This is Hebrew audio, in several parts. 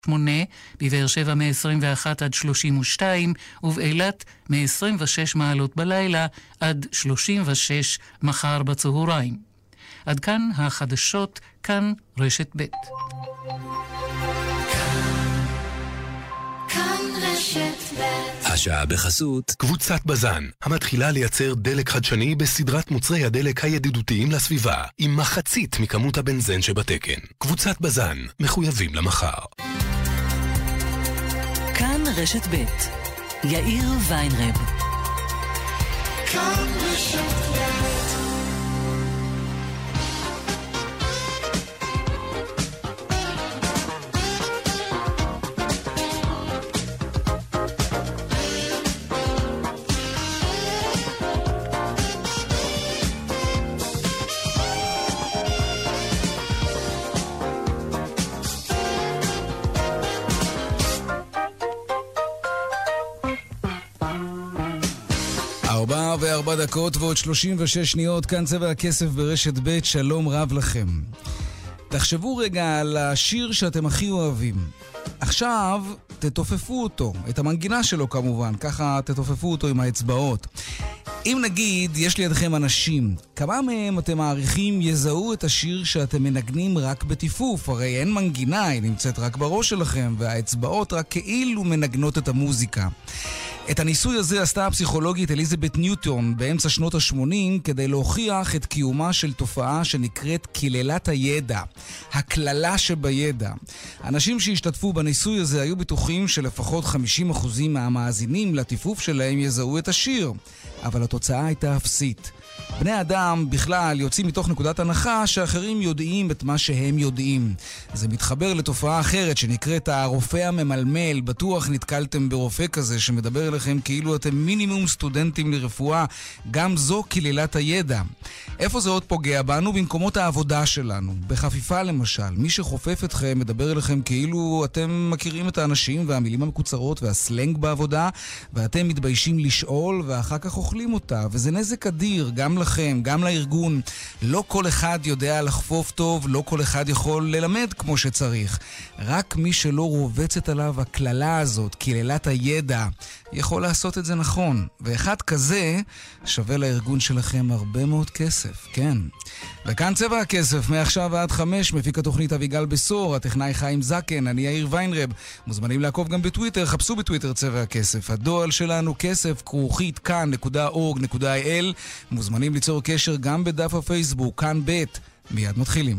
8, בבאר שבע מ-21 עד 32, ובאילת מ-26 מעלות בלילה עד 36 מחר בצהריים. עד כאן החדשות, כאן רשת ב'. השעה בחסות קבוצת בזן, המתחילה לייצר דלק חדשני בסדרת מוצרי הדלק הידידותיים לסביבה, עם מחצית מכמות הבנזן שבתקן. קבוצת בזן, מחויבים למחר. כאן רשת ב', יאיר ויינרב. כאן רשת ב'. וארבע דקות ועוד 36 שניות, כאן צבע הכסף ברשת ב', שלום רב לכם. תחשבו רגע על השיר שאתם הכי אוהבים. עכשיו תתופפו אותו, את המנגינה שלו כמובן, ככה תתופפו אותו עם האצבעות. אם נגיד, יש לידכם אנשים, כמה מהם אתם מעריכים יזהו את השיר שאתם מנגנים רק בטיפוף? הרי אין מנגינה, היא נמצאת רק בראש שלכם, והאצבעות רק כאילו מנגנות את המוזיקה. את הניסוי הזה עשתה הפסיכולוגית אליזבת ניוטון באמצע שנות ה-80 כדי להוכיח את קיומה של תופעה שנקראת קללת הידע, הקללה שבידע. אנשים שהשתתפו בניסוי הזה היו בטוחים שלפחות 50% מהמאזינים לטיפוף שלהם יזהו את השיר, אבל התוצאה הייתה אפסית. בני אדם בכלל יוצאים מתוך נקודת הנחה שאחרים יודעים את מה שהם יודעים. זה מתחבר לתופעה אחרת שנקראת הרופא הממלמל. בטוח נתקלתם ברופא כזה שמדבר אליכם כאילו אתם מינימום סטודנטים לרפואה. גם זו קללת הידע. איפה זה עוד פוגע בנו? במקומות העבודה שלנו. בחפיפה למשל, מי שחופף אתכם מדבר אליכם כאילו אתם מכירים את האנשים והמילים המקוצרות והסלנג בעבודה, ואתם מתביישים לשאול ואחר כך אוכלים אותה, וזה נזק אדיר גם לכם, גם לארגון. לא כל אחד יודע לחפוף טוב, לא כל אחד יכול ללמד כמו שצריך. רק מי שלא רובצת עליו הכללה הזאת, קללת הידע, יכול לעשות את זה נכון. ואחד כזה שווה לארגון שלכם הרבה מאוד כסף, כן. וכאן צבע הכסף, מעכשיו עד 5, מפיק התוכנית אביגל בסור, הטכנאי חיים זקן, אני יאיר ויינרב. מוזמנים לעקוב גם בטוויטר, חפשו בטוויטר צבע הכסף. הדואל שלנו כסף@כאן.org.il. מוזמנים ליצור קשר גם בדף הפייסבוק, כאן ב'. מיד מתחילים.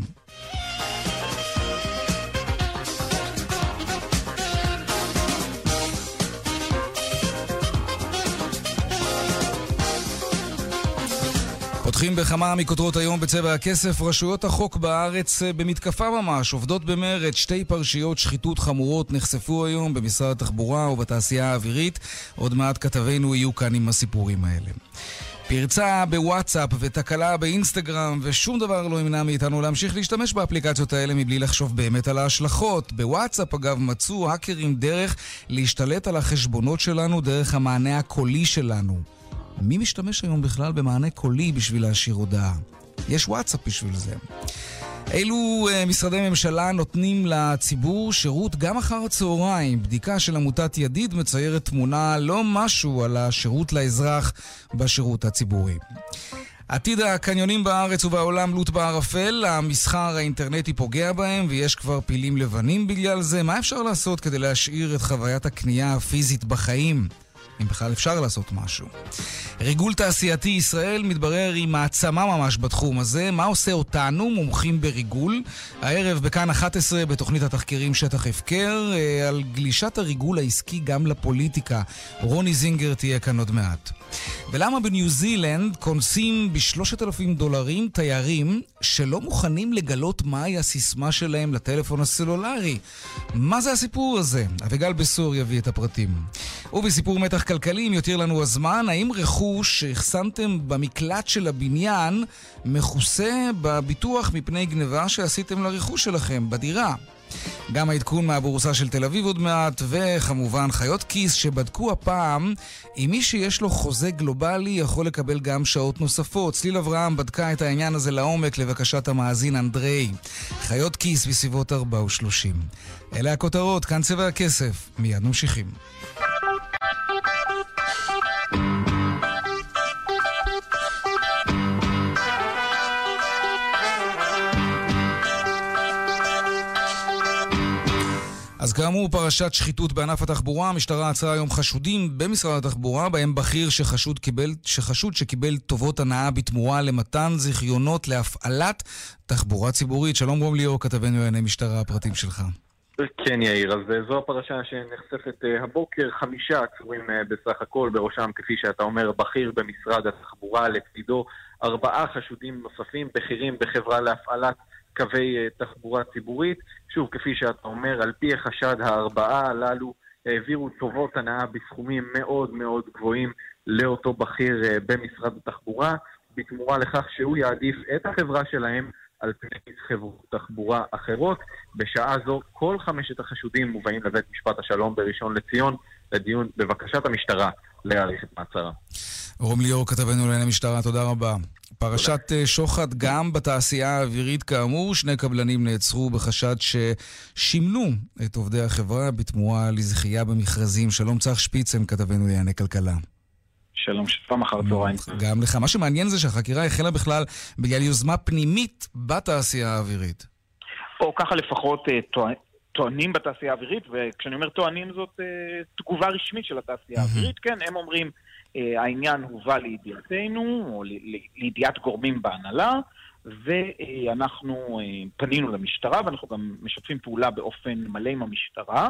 פותחים בכמה מכותרות היום בצבע הכסף. רשויות החוק בארץ במתקפה ממש, עובדות במרד. 2 פרשיות שחיתות חמורות נחשפו היום במשרד התחבורה ובתעשייה האווירית. עוד מעט כתבינו יהיו כאן עם הסיפורים האלה. פרצה בוואטסאפ ותקלה באינסטגרם, ושום דבר לא ימנע מאיתנו להמשיך להשתמש באפליקציות האלה מבלי לחשוב באמת על ההשלכות. בוואטסאפ אגב מצאו האקרים דרך להשתלט על החשבונות שלנו דרך המענה הקולי שלנו. מי משתמש היום בכלל במענה קולי בשביל להשאיר הודעה? יש וואטסאפ בשביל זה. אילו משרדי ממשלה נותנים לציבור שירות גם אחר הצהריים? בדיקה של עמותת ידיד מציירת תמונה לא משהו על השירות לאזרח בשירות הציבורי. עתיד הקניונים בארץ ובעולם לוט בערפל, המסחר האינטרנטי פוגע בהם ויש כבר פילים לבנים בגלל זה. מה אפשר לעשות כדי להשאיר את חוויית הקנייה הפיזית בחיים? אם בכלל אפשר לעשות משהו. ריגול תעשייתי, ישראל מתברר עם מעצמה ממש בתחום הזה. מה עושה אותנו, מומחים בריגול? הערב בכאן 11 בתוכנית התחקירים שטח הפקר, על גלישת הריגול העסקי גם לפוליטיקה. רוני זינגר תהיה כאן עוד מעט. ולמה בניו זילנד קונסים $3,000 תיירים שלא מוכנים לגלות מהי הסיסמה שלהם לטלפון הסלולרי? מה זה הסיפור הזה? אביגל בסור יביא את הפרטים. ובסיפור מתח כלכלי, אם יותר לנו הזמן, האם רכוש שהחסנתם במקלט של הבניין מכוסה בביטוח מפני גניבה שעשיתם לרכוש שלכם בדירה? גם העדכון מהבורסה של תל אביב עוד מעט, וכמובן חיות כיס שבדקו הפעם אם מי שיש לו חוזה גלובלי יכול לקבל גם שעות נוספות. צליל אברהם בדקה את העניין הזה לעומק לבקשת המאזין אנדרי. חיות כיס בסביבות 4:30. אלה הכותרות, כאן צבע הכסף. מיד ממשיכים. אז כאמור, פרשת שחיתות בענף התחבורה. המשטרה עצרה היום חשודים במשרד התחבורה, בהם בכיר שחשוד שקיבל טובות הנאה בתמורה למתן זיכיונות להפעלת תחבורה ציבורית. שלום רום ליאור, כתבנו לענייני משטרה, הפרטים שלך. כן יאיר, אז זו הפרשה שנחשפת הבוקר. 5 עצורים בסך הכל, בראשם כפי שאתה אומר בכיר במשרד התחבורה, לצדו 4 חשודים נוספים בכירים בחברה להפעלת קווי תחבורה ציבורית. שוב, כפי שאתה אומר, על פי החשד 4 הללו העבירו טובות הנאה בסכומים מאוד מאוד גבוהים לאותו בכיר במשרד התחבורה, בתמורה לכך שהוא יעדיף את החברה שלהם על פני חברות תחבורה אחרות. בשעה זו כל 5 החשודים מובאים לבית משפט השלום בראשון לציון לדיון בבקשת המשטרה להאריך את מעצרה. רום ליאור, כתבנו לענייני משטרה, תודה רבה. פרשת שוחד גם בתעשייה האווירית, כאמור 2 קבלנים נעצרו בחשד ששימנו את עובדי החברה בתמורה לזכייה במכרזים. שלום צח שפיצן, כתבנו לענייני כלכלה. שלום, שלום, אחר צהריים. גם לך. מה שמעניין זה שהחקירה החלה בכלל בגלל יוזמה פנימית בתעשייה האווירית. או ככה לפחות טוענים בתעשייה האווירית, וכשאני אומר טוענים זאת תגובה רשמית של התעשייה האווירית. כן, הם אומרים העניין הובא לידיעתנו, או לידיעת גורמים בהנהלה, ואנחנו פנינו למשטרה, ואנחנו גם משתפים פעולה באופן מלא עם המשטרה.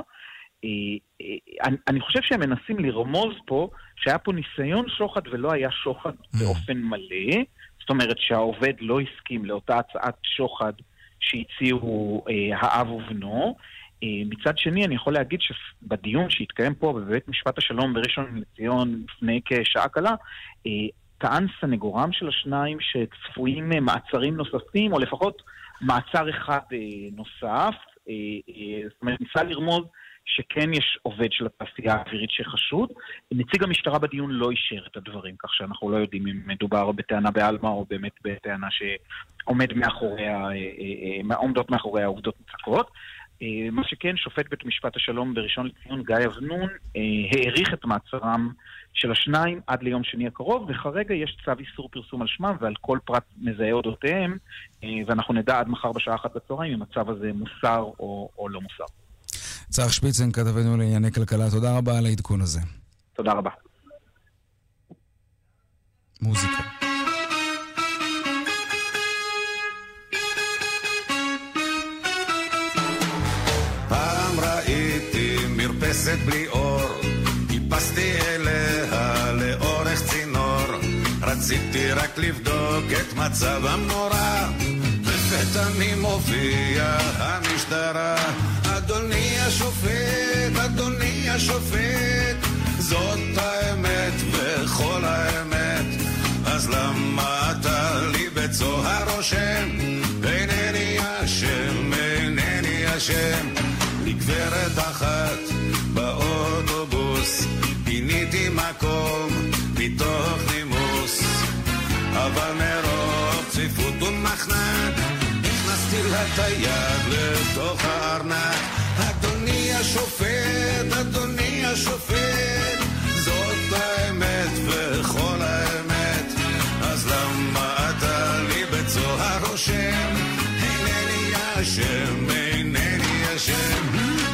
אני חושב שהם מנסים לרמוז פה שהיה פה ניסיון שוחד ולא היה שוחד באופן מלא. זאת אומרת שהעובד לא הסכים לאותה הצעת שוחד שהציעו האב ובנו. מצד שני, אני יכול להגיד שבדיון שהתקיים פה בבית משפט השלום בראשון לציון לפני כשעה קלה, טען סנגורם של השניים שצפויים מעצרים נוספים, או לפחות מעצר אחד נוסף. זאת אומרת, ניסה לרמוז שכן יש עובד של התעשייה האווירית שחשוד. נציג המשטרה בדיון לא אישר את הדברים, כך שאנחנו לא יודעים אם מדובר בטענה בעלמא או באמת בטענה שעומדות מאחורי העובדות מוצקות. מה שכן, שופט בית משפט השלום בראשון לציון גיא אבנון העריך את מעצרם של השניים עד ליום שני הקרוב, וכרגע יש צו איסור פרסום על שמם ועל כל פרט מזהה אודותיהם, ואנחנו נדע עד מחר בשעה 13:00 אם הצו הזה מוסר או לא מוסר. צח שפיצן, כתבנו לענייני כלכלה, תודה רבה על העדכון הזה. תודה רבה. מוזיקה. פעם ראיתי מרפסת בלי אור, טיפסתי אליה לאורך צינור, רציתי רק לבדוק את מצב המנורה, לפתע מופיע המשטרה. אדוני השופט, אדוני השופט, זאת האמת וכל האמת, אז למה אתה לי בצוהר רושם? אינני אשם, אינני אשם. לגברת אחת באוטובוס פיניתי מקום מתוך נימוס, אבל מרוב צפיפות ומחנק נכנסתי לה את היד לתוך הארנק. אדוני השופט, אדוני השופט, זאת האמת וכל האמת, אז למה אתה לי בצוהר רושם? אינני אשם, אינני אשם.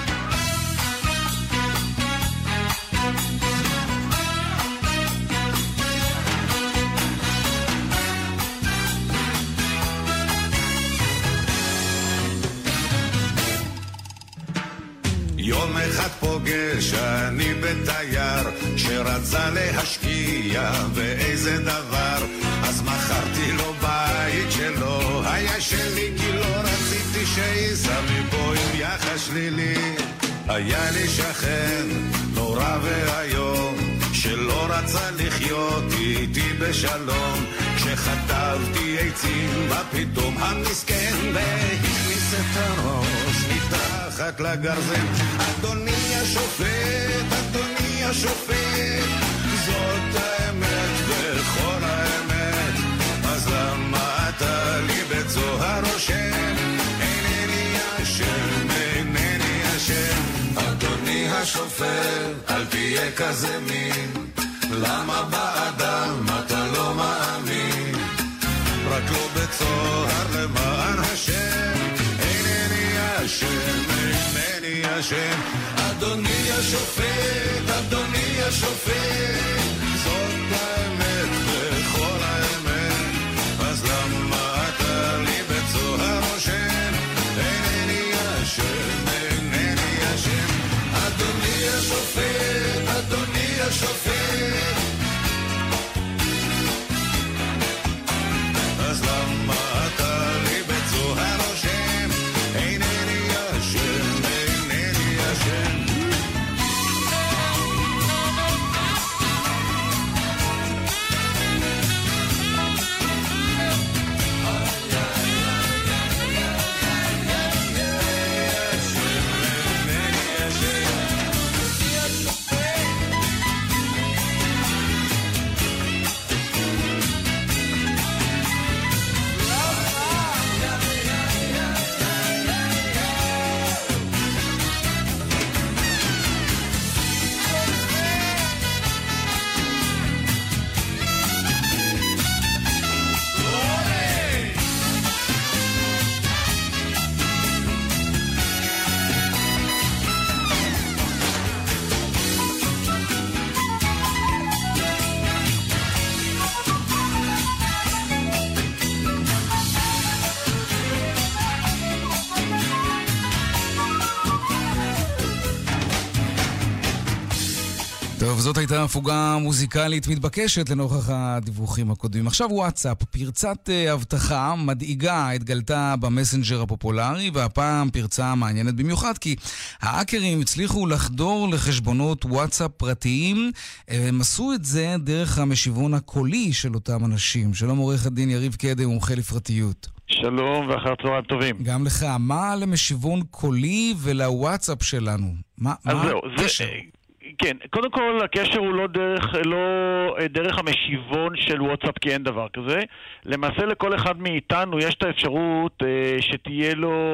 יום אחד פוגש אני בתייר שרצה להשקיע באיזה דבר, אז מכרתי לו בית שלו היה שלי, כי לא רציתי שיסע מפה עם יחס שלילי. היה לי שכן נורא והיום שלא רצה לחיות איתי בשלום, כשחטבתי עצים בפתאום המסכן והכניס תכניס את הראש מתחת לגרזן. אדוני השופט, אדוני השופט, זאת האמת וכל האמת, אז למה אתה לי בצוהר רושם? אינני אשם, אינני אשם. אדוני השופט, אל תהיה כזה מין, למה באדם אתה לא מאמין? רק לא בצוהר למען השם, אינני אשם, אינני אשם. אדוני השופט, אדוני השופט, זאת האמת וכל האמת, אז למה אתה לי בצוהר רושם? אינני אשם, אינני אשם. אדוני השופט, אדוני השופט, אז למה אתה לי בצוהר רושם? אינני אשם, אינני אשם. טוב, זאת הייתה הפוגה מוזיקלית מתבקשת לנוכח הדיווחים הקודמים. עכשיו וואטסאפ, פרצת הבטחה מדאיגה התגלתה במסנג'ר הפופולרי, והפעם פרצה מעניינת במיוחד, כי האקרים הצליחו לחדור לחשבונות וואטסאפ פרטיים, הם עשו את זה דרך המשיבון הקולי של אותם אנשים. שלום עורך הדין יריב קדם, מומחה לפרטיות. שלום ואחר צהריים טובים. גם לך, מה למשיבון קולי ולוואטסאפ שלנו? מה הקשר? כן, קודם כל הקשר הוא לא דרך המשיבון של וואטסאפ, כי אין דבר כזה. למעשה לכל אחד מאיתנו יש את האפשרות שתהיה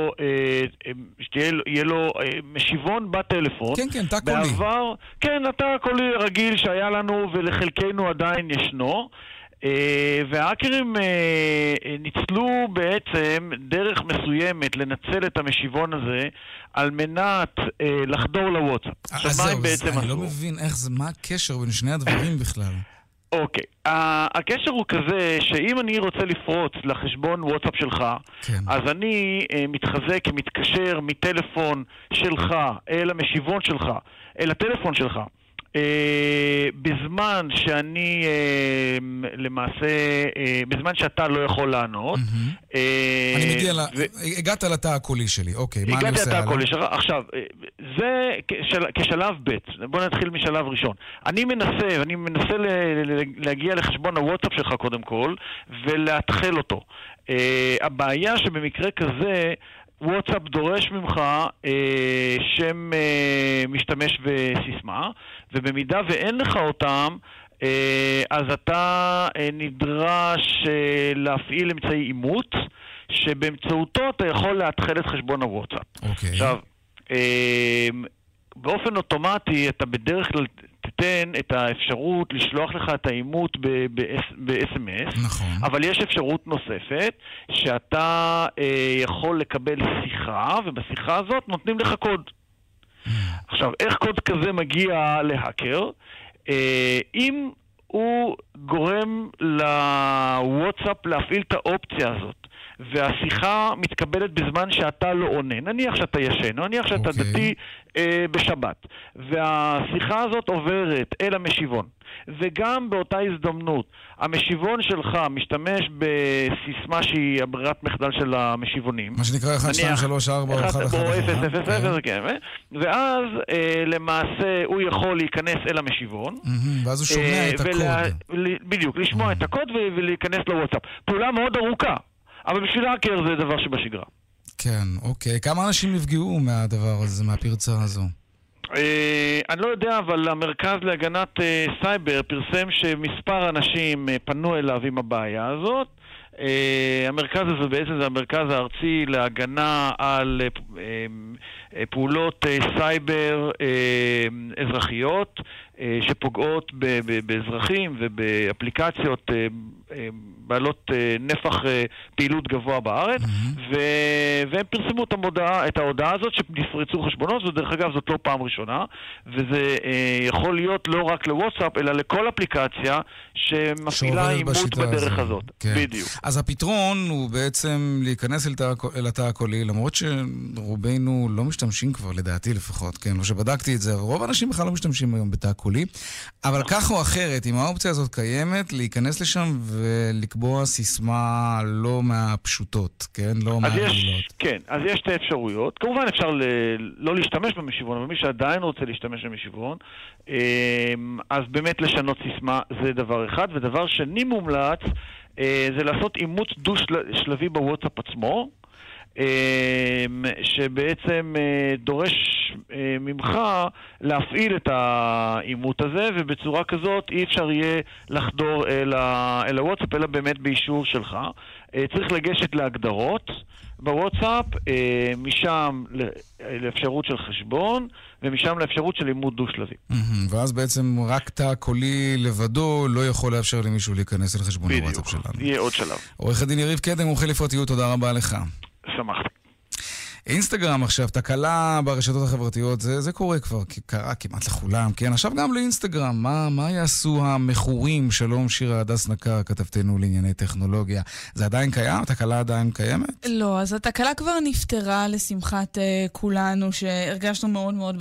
לו משיבון בטלפון. כן, כן, תא קולי. בעבר, כן, התא הקולי רגיל שהיה לנו ולחלקנו עדיין ישנו. והאקרים ניצלו בעצם דרך מסוימת לנצל את המשיבון הזה על מנת לחדור לוואטסאפ. אז זהו, אני לא מבין מה הקשר בין שני הדברים בכלל. אוקיי, הקשר הוא כזה שאם אני רוצה לפרוץ לחשבון וואטסאפ שלך, אז אני מתחזק, מתקשר מטלפון שלך אל המשיבון שלך, אל הטלפון שלך. בזמן שאני למעשה, בזמן שאתה לא יכול לענות. אני מגיע, הגעת לתא הקולי שלי, אוקיי, מה אני עושה? הגעתי לתא הקולי שלך, עכשיו, זה כשלב ב', בוא נתחיל משלב ראשון. אני מנסה להגיע לחשבון הוואטסאפ שלך קודם כל, ולהתחל אותו. הבעיה שבמקרה כזה, וואטסאפ דורש ממך שם משתמש וסיסמה, ובמידה ואין לך אותם, אז אתה נדרש להפעיל אמצעי אימות, שבאמצעותו אתה יכול להתחיל את חשבון הוואטסאפ. אוקיי. עכשיו, באופן אוטומטי אתה בדרך כלל תיתן את האפשרות לשלוח לך את האימות ב-SMS, נכון. אבל יש אפשרות נוספת שאתה יכול לקבל שיחה, ובשיחה הזאת נותנים לך קוד. עכשיו, איך קוד כזה מגיע להאקר? אם הוא גורם לוואטסאפ להפעיל את האופציה הזאת, והשיחה מתקבלת בזמן שאתה לא עונה, נניח שאתה ישן, נניח שאתה דתי בשבת, והשיחה הזאת עוברת אל המשיבון, וגם באותה הזדמנות המשיבון שלך משתמש בסיסמה שהיא הברירת מחדל של המשיבונים, מה שנקרא 1, 2, 3, 4 או 1, 1, 1, ואז למעשה הוא יכול להיכנס אל המשיבון, ואז הוא שומע את הקוד, בדיוק, לשמוע את הקוד ולהיכנס לוואטסאפ. פעולה מאוד ארוכה, אבל בשביל האקר זה דבר שבשגרה. כן, אוקיי. כמה אנשים נפגעו מהדבר הזה, מהפרצה הזו? אני לא יודע, אבל המרכז להגנת סייבר פרסם שמספר אנשים פנו אליו עם הבעיה הזאת. המרכז הזה בעצם זה המרכז הארצי להגנה על פעולות סייבר אזרחיות שפוגעות באזרחים ובאפליקציות בעלות נפח פעילות גבוה בארץ, והם פרסמו את ההודעה הזאת שנפרצו חשבונות, ודרך אגב זאת לא פעם ראשונה, וזה יכול להיות לא רק לוואטסאפ, אלא לכל אפליקציה שמפעילה אימות בדרך הזאת. כן. בדיוק. אז הפתרון הוא בעצם להיכנס אל התא הקולי, למרות שרובנו לא משתמשים כבר, לדעתי לפחות, כן? לא שבדקתי את זה, רוב האנשים בכלל לא משתמשים היום בתא הקולי, אבל כך או אחרת, אם האופציה הזאת קיימת, להיכנס לשם ולקבוע סיסמה לא מהפשוטות, כן? לא מהגלילות. כן, אז יש שתי אפשרויות. כמובן אפשר לא להשתמש במשיבון, אבל מי שעדיין רוצה להשתמש במשיבון, אז באמת לשנות סיסמה זה דבר אחד, ודבר שני מומלץ, זה לעשות אימות דו-שלבי בוואטסאפ עצמו, שבעצם דורש ממך להפעיל את האימות הזה, ובצורה כזאת אי אפשר יהיה לחדור אל הוואטסאפ, אלא באמת באישור שלך. צריך לגשת להגדרות בוואטסאפ, משם לאפשרות של חשבון, ומשם לאפשרות של אימות דו-שלבי. ואז בעצם רק תא קולי לבדו לא יכול לאפשר למישהו להיכנס אל חשבון הוואטסאפ שלנו. בדיוק, יהיה עוד שלב. עורך הדין יריב קדם, מומחה לפרטיות, תודה רבה לך. שמחתי. אינסטגרם עכשיו, תקלה ברשתות החברתיות, זה קורה כבר, קרה כמעט לכולם, כן? עכשיו גם לאינסטגרם, מה יעשו המכורים? שלום שירה הדס נקר, כתבתנו לענייני טכנולוגיה. זה עדיין קיים? התקלה עדיין קיימת? לא, אז התקלה כבר נפטרה לשמחת כולנו, שהרגשנו מאוד מאוד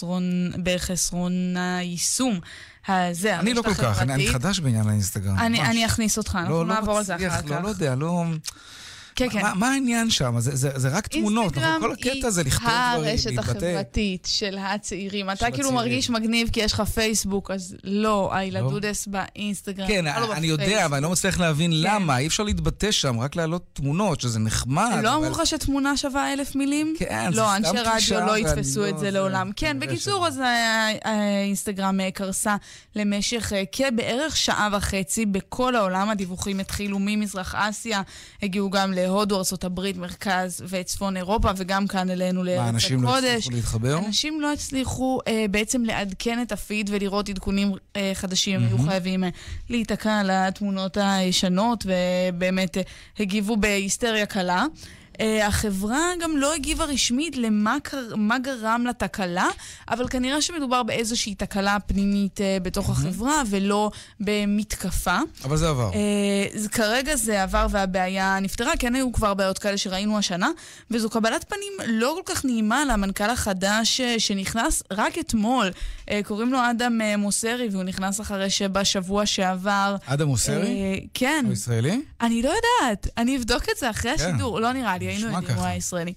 בחסרון היישום. אני לא כל כך, אני חדש בעניין האינסטגרם. אני אכניס אותך, אנחנו נעבור על זה אחר כך. לא יודע, לא... כן, כן. מה העניין שם? זה רק תמונות, כל הקטע זה לכתוב דברים, הרשת החברתית של הצעירים. אתה כאילו מרגיש מגניב כי יש לך פייסבוק, אז לא, הילדודס באינסטגרם. כן, אני יודע, אבל אני לא מצליח להבין למה. אי אפשר להתבטא שם, רק להעלות תמונות, שזה נחמד. לא אמרו לך שתמונה שווה 1,000 מילים? כן, זה לא, סתם אנשי קלישה. רדיו לא יתפסו את זה לעולם. כן, בקיצור, אז האינסטגרם קרסה למשך כבערך שעה וחצי. בכל העולם הדיווחים התחילו ממזרח אסיה, הגיעו גם להודו, ארצות הברית, מרכז וצפון אירופה, וגם כאן אלינו לארץ הקודש. אנשים לא הצליחו להתחבר? אנשים לא הצליחו בעצם לעדכן את הפיד ולראות עדכונים חדשים. היו חייבים להתקע על התמונות הישנות, ובאמת הגיבו בהיסטריה קלה. החברה גם לא הגיבה רשמית למה גרם לתקלה, אבל כנראה שמדובר באיזושהי תקלה פנימית בתוך החברה, ולא במתקפה. אבל זה עבר. כרגע זה עבר והבעיה נפתרה, כן היו כבר בעיות כאלה שראינו השנה, וזו קבלת פנים לא כל כך נעימה למנכ"ל החדש שנכנס רק אתמול. קוראים לו אדם מוסרי, והוא נכנס אחרי שבשבוע שעבר... אדם מוסרי? כן. הוא ישראלי? אני לא יודעת, אני אבדוק את זה אחרי השידור, לא נראה לי. היינו יודעים, הוא הישראלי.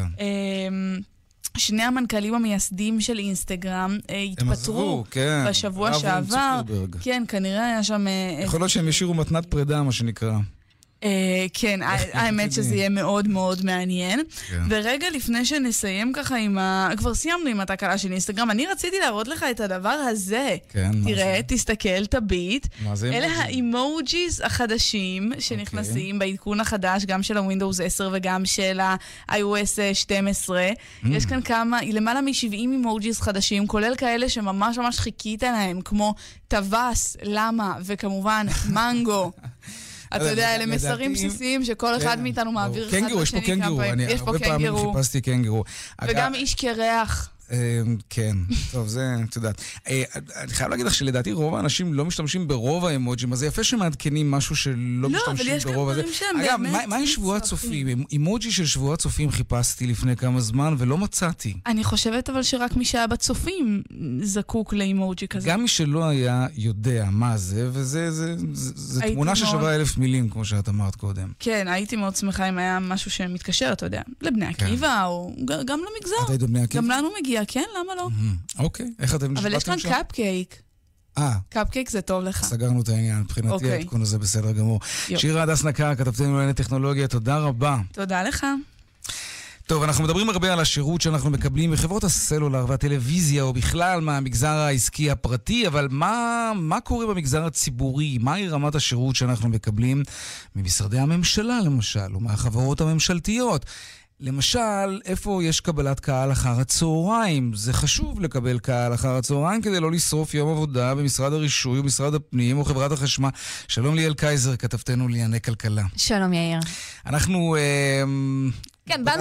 שני המנכ"לים המייסדים של אינסטגרם התפטרו בשבוע שעבר. כן, כנראה היה שם... יכול להיות שהם השאירו מתנת פרידה, מה שנקרא. כן, האמת שזה יהיה מאוד מאוד מעניין. ורגע לפני שנסיים ככה כבר סיימנו עם התקלה של אינסטגרם, אני רציתי להראות לך את הדבר הזה. תראה, תסתכל, תביט. אלה האימוג'יז החדשים שנכנסים בעדכון החדש, גם של הווינדוס 10 וגם של ה-iOS 12. יש כאן למעלה מ-70 אימוג'יז חדשים, כולל כאלה שממש ממש חיכית להם, כמו טווס, למה, וכמובן מנגו. אתה יודע, אלה מסרים בסיסיים שכל אחד מאיתנו מעביר אחד לשני. יש פה קנגורו, אני הרבה פעמים חיפשתי קנגורו. וגם איש קרח. כן, טוב, זה, את יודעת. אני חייב להגיד לך שלדעתי רוב האנשים לא משתמשים ברוב האמוג'ים, אז זה יפה שמעדכנים משהו שלא משתמשים ברוב הזה. אגב, מה עם שבוע צופים? אמוג'י של שבוע צופים חיפשתי לפני כמה זמן ולא מצאתי. אני חושבת אבל שרק מי שהיה בצופים זקוק לאמוג'י כזה. גם מי שלא היה יודע מה זה, וזה תמונה ששווה 1,000 מילים, כמו שאת אמרת קודם. כן, הייתי מאוד שמחה אם היה משהו שמתקשר, אתה יודע, לבני עקיבא, או גם למגזר. את היית בני עקיבא? גם לנו מגיע. כן, למה לא? אוקיי, איך אתם נשבעתם שם? אבל יש כאן קאפקייק. קאפקייק זה טוב לך. סגרנו את העניין, מבחינתי העדכון הזה בסדר גמור. שירה הדס נקר, כתבתנו לענייני טכנולוגיה, תודה רבה. תודה לך. טוב, אנחנו מדברים הרבה על השירות שאנחנו מקבלים מחברות הסלולר והטלוויזיה, או בכלל מהמגזר העסקי הפרטי, אבל מה קורה במגזר הציבורי? מהי רמת השירות שאנחנו מקבלים ממשרדי הממשלה, למשל, או מהחברות הממשלתיות? למשל, איפה יש קבלת קהל אחר הצהריים? זה חשוב לקבל קהל אחר הצהריים כדי לא לשרוף יום עבודה במשרד הרישוי ומשרד הפנים או חברת החשמל. שלום ליאל קייזר, כתבתנו לענייני כלכלה. שלום יאיר. אנחנו... כן, באנו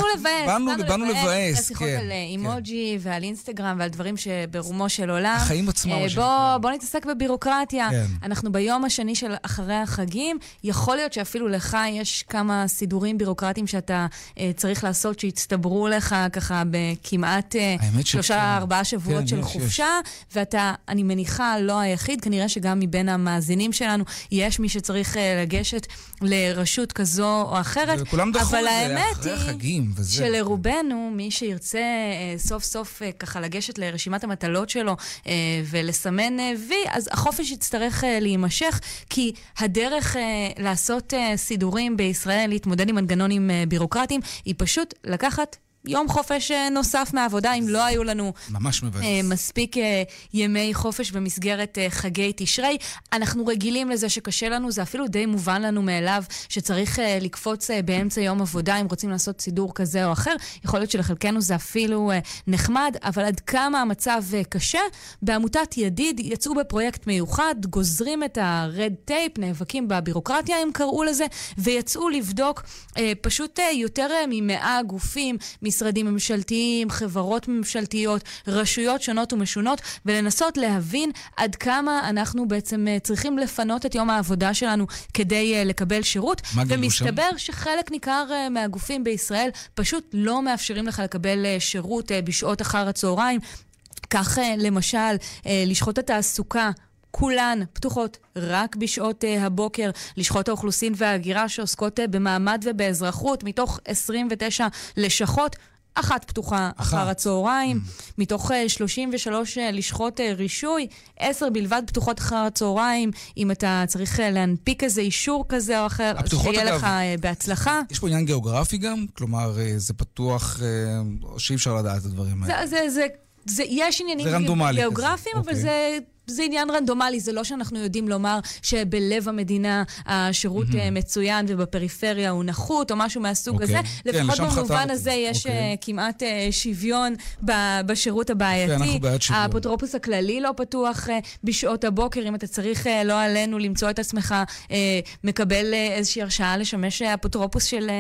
לבאס. שיחות כן. על אימוג'י ועל אינסטגרם ועל דברים שברומו של עולם. החיים עצמם. בוא נתעסק בבירוקרטיה. כן. אנחנו ביום השני של אחרי החגים. יכול להיות שאפילו לך יש כמה סידורים בירוקרטיים שאתה צריך לעשות, שהצטברו לך ככה בכמעט 3-4 שבועות כן, של חופשה. ואתה, אני מניחה, לא היחיד. כנראה שגם מבין המאזינים שלנו יש מי שצריך לגשת לרשות כזו או אחרת. וכולם דחו את זה אחרי החגים. שלרובנו, מי שירצה סוף סוף ככה לגשת לרשימת המטלות שלו ולסמן וי, אז החופש יצטרך להימשך, כי הדרך לעשות סידורים בישראל, להתמודד עם מנגנונים בירוקרטיים, היא פשוט לקחת יום חופש נוסף מהעבודה, אם לא היו לנו מספיק ימי חופש במסגרת חגי תשרי. אנחנו רגילים לזה שקשה לנו, זה אפילו די מובן לנו מאליו, שצריך לקפוץ באמצע יום עבודה, אם רוצים לעשות סידור כזה או אחר. יכול להיות שלחלקנו זה אפילו נחמד, אבל עד כמה המצב קשה. בעמותת ידיד יצאו בפרויקט מיוחד, גוזרים את הרד טייפ, נאבקים בבירוקרטיה, הם קראו לזה, ויצאו לבדוק פשוט יותר מ100 גופים, משרדים ממשלתיים, חברות ממשלתיות, רשויות שונות ומשונות, ולנסות להבין עד כמה אנחנו בעצם צריכים לפנות את יום העבודה שלנו כדי לקבל שירות. ומסתבר שחלק ניכר מהגופים בישראל פשוט לא מאפשרים לך לקבל שירות בשעות אחר הצהריים. כך למשל, לשכות התעסוקה, כולן פתוחות רק בשעות הבוקר. לשכות האוכלוסין וההגירה שעוסקות במעמד ובאזרחות, מתוך 29 לשכות, אחת פתוחה אחר הצהריים. מתוך 33 לשכות רישוי, 10 בלבד פתוחות אחר הצהריים. אם אתה צריך להנפיק איזה אישור כזה או אחר, אז שיהיה לך בהצלחה. יש פה עניין גיאוגרפי גם? כלומר, זה פתוח, או שאי אפשר לדעת את הדברים האלה? יש עניינים גיאוגרפיים, אבל זה עניין רנדומלי, זה לא שאנחנו יודעים לומר שבלב המדינה השירות מצוין ובפריפריה הוא נחות או משהו מהסוג הזה. לפחות במובן הזה יש כמעט שוויון בשירות הבעייתי. האפוטרופוס הכללי לא פתוח בשעות הבוקר, אם אתה צריך לא עלינו למצוא את עצמך מקבל איזושהי הרשאה לשמש אפוטרופוס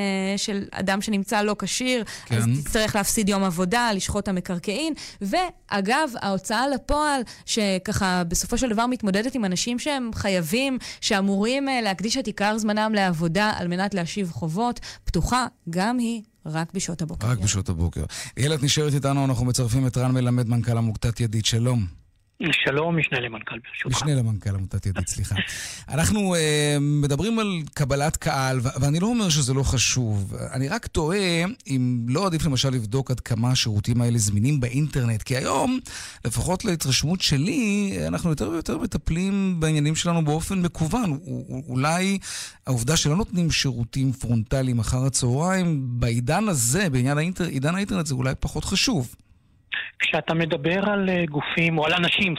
של אדם שנמצא לא כשיר, אז תצטרך להפסיד יום עבודה, לשחוט המקרקעין. ואגב, ההוצאה לפועל שככה בסופו של דבר מתמודדת עם אנשים שהם חייבים, שאמורים להקדיש את עיקר זמנם לעבודה על מנת להשיב חובות, פתוחה גם היא רק בשעות הבוקר. רק בשעות הבוקר. ילד נשארת איתנו, אנחנו מצרפים את רן מלמד, מנכ"ל עמותת ידיד. שלום. שלום, משנה למנכ"ל, ברשותך. משנה למנכ"ל עמותת ידיד, סליחה. אנחנו מדברים על קבלת קהל, ואני לא אומר שזה לא חשוב. אני רק תוהה אם לא עדיף למשל לבדוק עד כמה השירותים האלה זמינים באינטרנט, כי היום, לפחות להתרשמות שלי, אנחנו יותר ויותר מטפלים בעניינים שלנו באופן מקוון. אולי העובדה שלא נותנים שירותים פרונטליים אחר הצהריים, בעידן הזה, בעידן האינטרנט, זה אולי פחות חשוב. כשאתה מדבר על גופים, או על אנשים,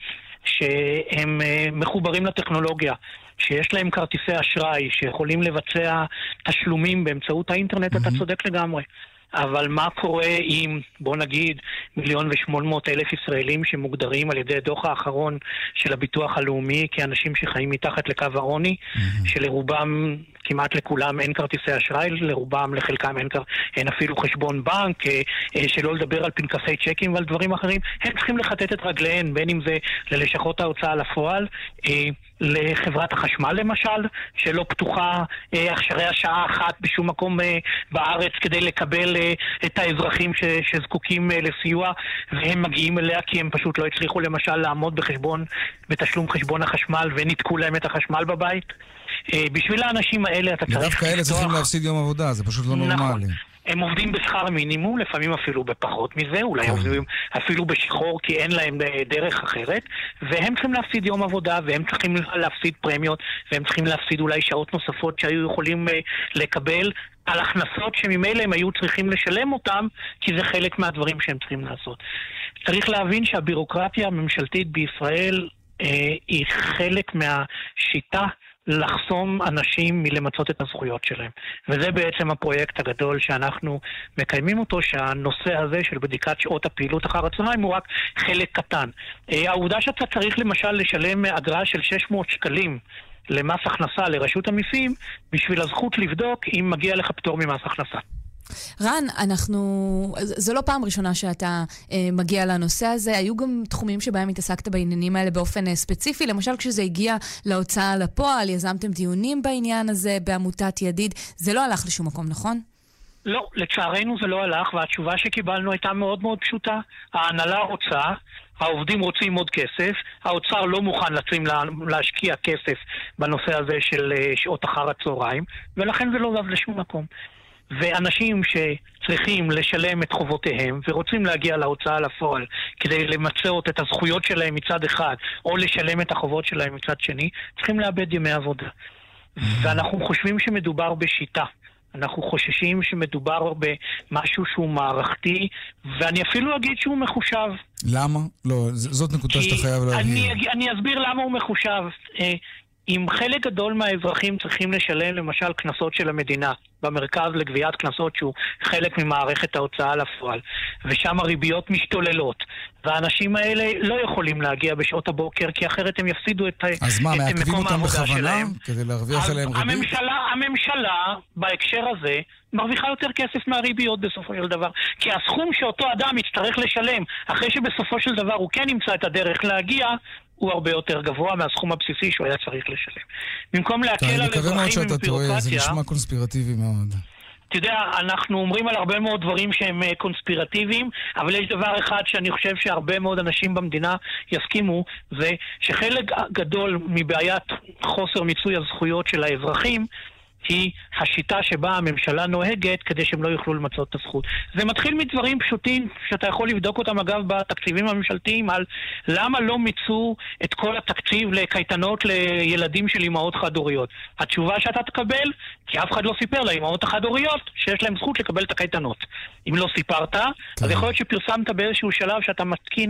שהם מחוברים לטכנולוגיה, שיש להם כרטיסי אשראי, שיכולים לבצע תשלומים באמצעות האינטרנט, אתה צודק לגמרי. אבל מה קורה עם, בוא נגיד, 1,800,000 ישראלים שמוגדרים על ידי דוח האחרון של הביטוח הלאומי כאנשים שחיים מתחת לקו העוני, שלרובם, כמעט לכולם אין כרטיסי אשראי, לרובם, לחלקם אין אפילו חשבון בנק, שלא לדבר על פנקסי צ'קים ועל דברים אחרים. הם צריכים לחטט את רגליהם, בין אם זה ללשכות ההוצאה לפועל, לחברת החשמל למשל, שלא פתוחה אחרי השעה 1 בשום מקום בארץ כדי לקבל את האזרחים שזקוקים לסיוע, והם מגיעים אליה כי הם פשוט לא הצליחו למשל לעמוד בתשלום חשבון החשמל וניתקו להם את החשמל בבית. בשביל האנשים האלה אתה צריך לפתוח... דווקא כאלה צריכים להפסיד יום עבודה, זה פשוט לא נורמלי. הם עובדים בשכר מינימום, לפעמים אפילו בפחות מזה, אולי עובדים אפילו בשחור כי אין להם דרך אחרת, והם צריכים להפסיד יום עבודה, והם צריכים להפסיד פרמיות, והם צריכים להפסיד אולי שעות נוספות שהיו יכולים לקבל. על הכנסות שממילא הם היו צריכים לשלם אותם, כי זה חלק מהדברים שהם צריכים לעשות. צריך להבין שהבירוקרטיה הממשלתית בישראל היא חלק מהשיטה לחסום אנשים מלמצות את הזכויות שלהם. וזה בעצם הפרויקט הגדול שאנחנו מקיימים אותו, שהנושא הזה של בדיקת שעות הפעילות אחר הצהריים הוא רק חלק קטן. העובדה שאתה צריך למשל לשלם אגרה של 600 שקלים למס הכנסה לרשות המיסים, בשביל הזכות לבדוק אם מגיע לך פטור ממס הכנסה. רן, זו לא פעם ראשונה שאתה מגיע לנושא הזה. היו גם תחומים שבהם התעסקת בעניינים האלה באופן ספציפי. למשל, כשזה הגיע להוצאה לפועל, יזמתם דיונים בעניין הזה בעמותת ידיד. זה לא הלך לשום מקום, נכון? לא, לצערנו זה לא הלך, והתשובה שקיבלנו הייתה מאוד מאוד פשוטה. ההנהלה רוצה, העובדים רוצים עוד כסף, האוצר לא מוכן להשקיע כסף בנושא הזה של שעות אחר הצהריים, ולכן זה לא זז לשום מקום. ואנשים שצריכים לשלם את חובותיהם ורוצים להגיע להוצאה לפועל כדי למצות את הזכויות שלהם מצד אחד או לשלם את החובות שלהם מצד שני, צריכים לאבד ימי עבודה. ואנחנו חושבים שמדובר בשיטה. אנחנו חוששים שמדובר במשהו שהוא מערכתי, ואני אפילו אגיד שהוא מחושב. למה? לא, זאת נקודה שאתה חייב להבהיר. אני אסביר למה הוא מחושב. אם חלק גדול מהאזרחים צריכים לשלם למשל קנסות של המדינה, במרכז לגביית קנסות שהוא חלק ממערכת ההוצאה לפועל, ושם הריביות משתוללות, והאנשים האלה לא יכולים להגיע בשעות הבוקר, כי אחרת הם יפסידו את מקום העבודה שלהם. אז מה, מעכבים אותם בכוונה כדי להרוויח עליהם ריבית? הממשלה, בהקשר הזה, מרוויחה יותר כסף מהריביות בסופו של דבר, כי הסכום שאותו אדם יצטרך לשלם, אחרי שבסופו של דבר הוא כן ימצא את הדרך להגיע, הוא הרבה יותר גבוה מהסכום הבסיסי שהוא היה צריך לשלם. במקום להקל על אזרחים עם בירוקרטיה... זה נשמע קונספירטיבי מאוד. אתה יודע, אנחנו אומרים על הרבה מאוד דברים שהם קונספירטיביים, אבל יש דבר אחד שאני חושב שהרבה מאוד אנשים במדינה יסכימו, זה שחלק גדול מבעיית חוסר מיצוי הזכויות של האזרחים, היא השיטה שבה הממשלה נוהגת כדי שהם לא יוכלו למצות את הזכות. זה מתחיל מדברים פשוטים שאתה יכול לבדוק אותם אגב בתקציבים הממשלתיים על למה לא מיצו את כל התקציב לקייטנות לילדים של אמהות חד-הוריות. התשובה שאתה תקבל, כי אף אחד לא סיפר לאמהות החד-הוריות שיש להם זכות לקבל את הקייטנות. אם לא סיפרת, אז יכול להיות שפרסמת באיזשהו שלב שאתה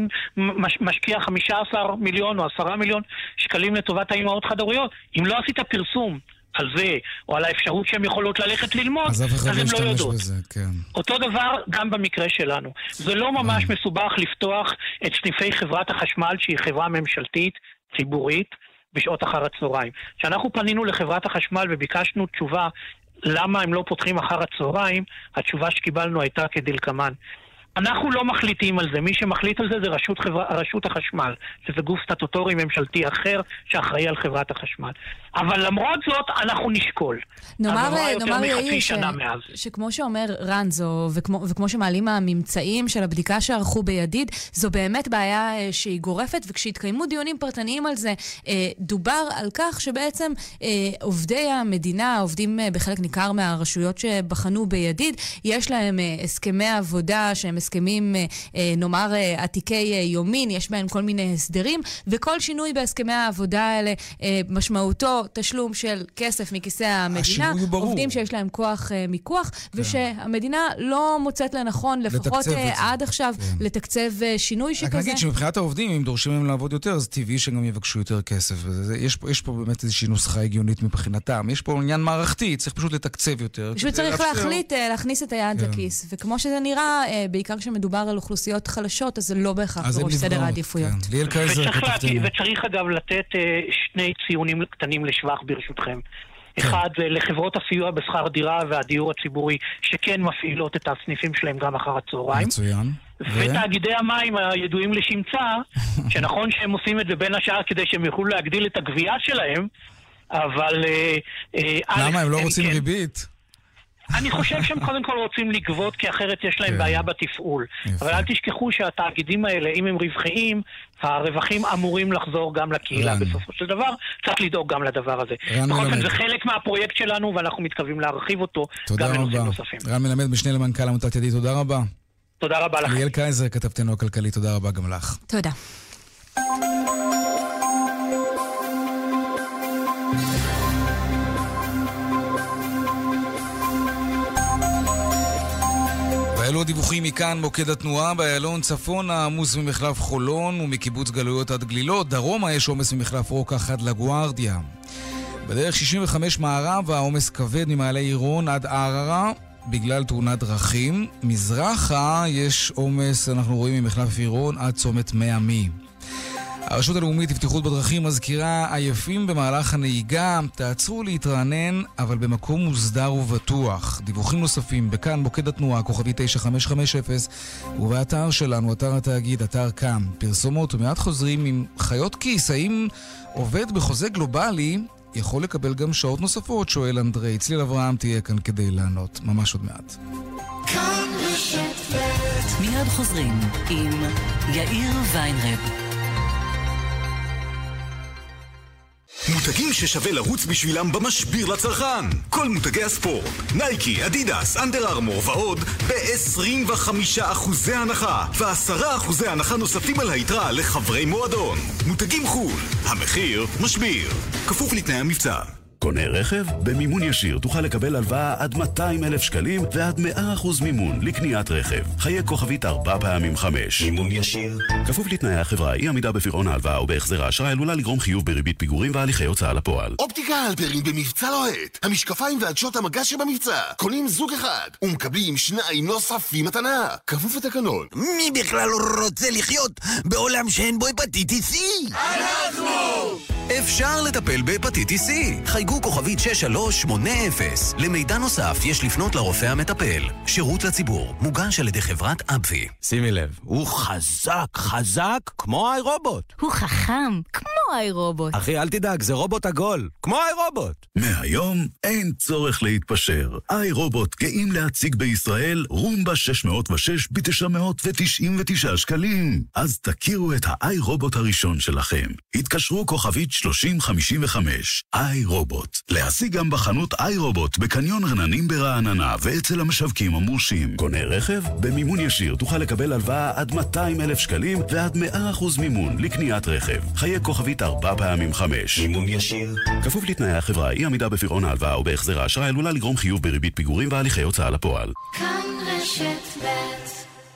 משקיע 15 מיליון או 10 מיליון שקלים לטובת האמהות חד-הוריות. אם לא עשית פרסום על זה, או על האפשרות שהן יכולות ללכת ללמוד, אז הן לא יודעות. בזה, כן. אותו דבר גם במקרה שלנו. זה לא ממש מסובך לפתוח את סניפי חברת החשמל, שהיא חברה ממשלתית, ציבורית, בשעות אחר הצהריים. כשאנחנו פנינו לחברת החשמל וביקשנו תשובה למה הם לא פותחים אחר הצהריים, התשובה שקיבלנו הייתה כדלקמן. אנחנו לא מחליטים על זה, מי שמחליט על זה זה רשות החשמל, שזה גוף סטטוטורי ממשלתי אחר שאחראי על חברת החשמל. אבל למרות זאת, אנחנו נשקול. נאמר יאיר שכמו שאומר רנזו, וכמו שמעלים הממצאים של הבדיקה שערכו בידיד, זו באמת בעיה שהיא גורפת, וכשהתקיימו דיונים פרטניים על זה, דובר על כך שבעצם עובדי המדינה, עובדים בחלק ניכר מהרשויות שבחנו בידיד, יש להם הסכמי עבודה שהם הסכמים, נאמר, עתיקי יומין, יש בהם כל מיני הסדרים, וכל שינוי בהסכמי העבודה האלה משמעותו תשלום של כסף מכיסי המדינה, עובדים שיש להם כוח מיקוח, ושהמדינה לא מוצאת לנכון, לפחות עד עכשיו, לתקצב שינוי שכזה. אני אגיד שמבחינת העובדים, אם דורשים להם לעבוד יותר, אז טבעי שגם יבקשו יותר כסף. יש פה באמת איזושהי נוסחה הגיונית מבחינתם. יש פה עניין מערכתי, צריך פשוט לתקצב יותר. פשוט צריך להכניס את היד לכיס. וכמו שזה נראה, בעיקר כשמדובר על אוכלוסיות חלשות, אז זה לא בהכרח בראש סדר העדיפויות. וצריך אגב לתת שני ציונים קטנים לשבח ברשותכם. אחד, לחברות הסיוע בשכר דירה והדיור הציבורי, שכן מפעילות את הסניפים שלהם גם אחר הצהריים. מצוין. ותאגידי המים הידועים לשמצה, שנכון שהם עושים את זה בין השאר כדי שהם יוכלו להגדיל את הגבייה שלהם, אבל... למה? הם לא רוצים ריבית? אני חושב שהם קודם כל רוצים לגבות, כי אחרת יש להם בעיה בתפעול. אבל אל תשכחו שהתאגידים האלה, אם הם רווחיים, הרווחים אמורים לחזור גם לקהילה בסופו של דבר. צריך לדאוג גם לדבר הזה. בכל זאת, זה חלק מהפרויקט שלנו, ואנחנו מתכוונים להרחיב אותו גם לנושאים נוספים. רן מלמד, משנה למנכ"ל עמותת ידיד, תודה רבה. תודה רבה לכם. ליאל קייזר, כתבתנו הכלכלית, תודה רבה גם לך. תודה. אלו הדיווחים מכאן מוקד התנועה. באיילון צפונה עמוס ממחלף חולון ומקיבוץ גלויות עד גלילות. דרומה יש עומס ממחלף רוקח עד לגוארדיה. בדרך 65 מערב העומס כבד ממעלה עירון עד ערערה בגלל תאונת דרכים. מזרחה יש עומס, אנחנו רואים, ממחלף עירון עד צומת 100 מי. הרשות הלאומית לבטיחות בדרכים מזכירה עייפים במהלך הנהיגה, תעצרו להתרענן, אבל במקום מוסדר ובטוח. דיווחים נוספים בכאן מוקד התנועה, כוכבי 9550, ובאתר שלנו, אתר התאגיד, אתר כאן. פרסומות ומיד חוזרים עם חיות כיס. האם עובד בחוזה גלובלי יכול לקבל גם שעות נוספות? שואל אנדרי. צליל אברהם תהיה כאן כדי לענות, ממש עוד מעט. מיד חוזרים עם יאיר ויינרב. מותגים ששווה לרוץ בשבילם במשביר לצרכן. כל מותגי הספורט, נייקי, אדידס, אנדר ארמור ועוד ב-25% הנחה ו10% הנחה נוספים על היתרה לחברי מועדון. מותגים חול, המחיר משביר, כפוף לתנאי המבצע. קונה רכב? במימון ישיר תוכל לקבל הלוואה עד 200,000 שקלים ועד 100% מימון לקניית רכב. חיי כוכבית 4x5. מימון ישיר. כפוף לתנאי החברה, אי עמידה בפירעון ההלוואה ובהחזר האשראי עלולה לגרום חיוב בריבית פיגורים והליכי הוצאה לפועל. אופטיקה הלפרין במבצע לוהט. המשקפיים ועדשות המגע שבמבצע. קונים זוג אחד ומקבלים 2 נוספים מתנה. כפוף לתקנון. מי בכלל רוצה לחיות בעולם שאין בו הפטיטיס C? אנחנו! אפשר לטפל בהפטיטיס C. חייגו כוכבית 6380. למידע נוסף יש לפנות לרופא המטפל. שירות לציבור, מוגש על ידי חברת אבווי. שימי לב, הוא חזק כמו איי-רובוט. הוא חכם כמו איי-רובוט. אחי, אל תדאג, זה רובוט עגול, כמו איי-רובוט. מהיום אין צורך להתפשר. איי-רובוט גאים להציג בישראל רומבה 606 ב-999 שקלים. אז תכירו את האיי-רובוט הראשון שלכם. התקשרו כוכבית 3055. איי-רובוט. להשיג גם בחנות איי-רובוט בקניון רננים ברעננה ואצל המשווקים המורשים. קונה רכב? במימון ישיר תוכל לקבל הלוואה עד 200,000 שקלים ועד 100% מימון לקניית רכב. חיי כוכבית 4x5. מימון ישיר. כפוף לתנאי החברה, אי עמידה בפירעון ההלוואה ובהחזר האשראי עלולה לגרום חיוב בריבית פיגורים והליכי הוצאה לפועל. כאן רשת ב'.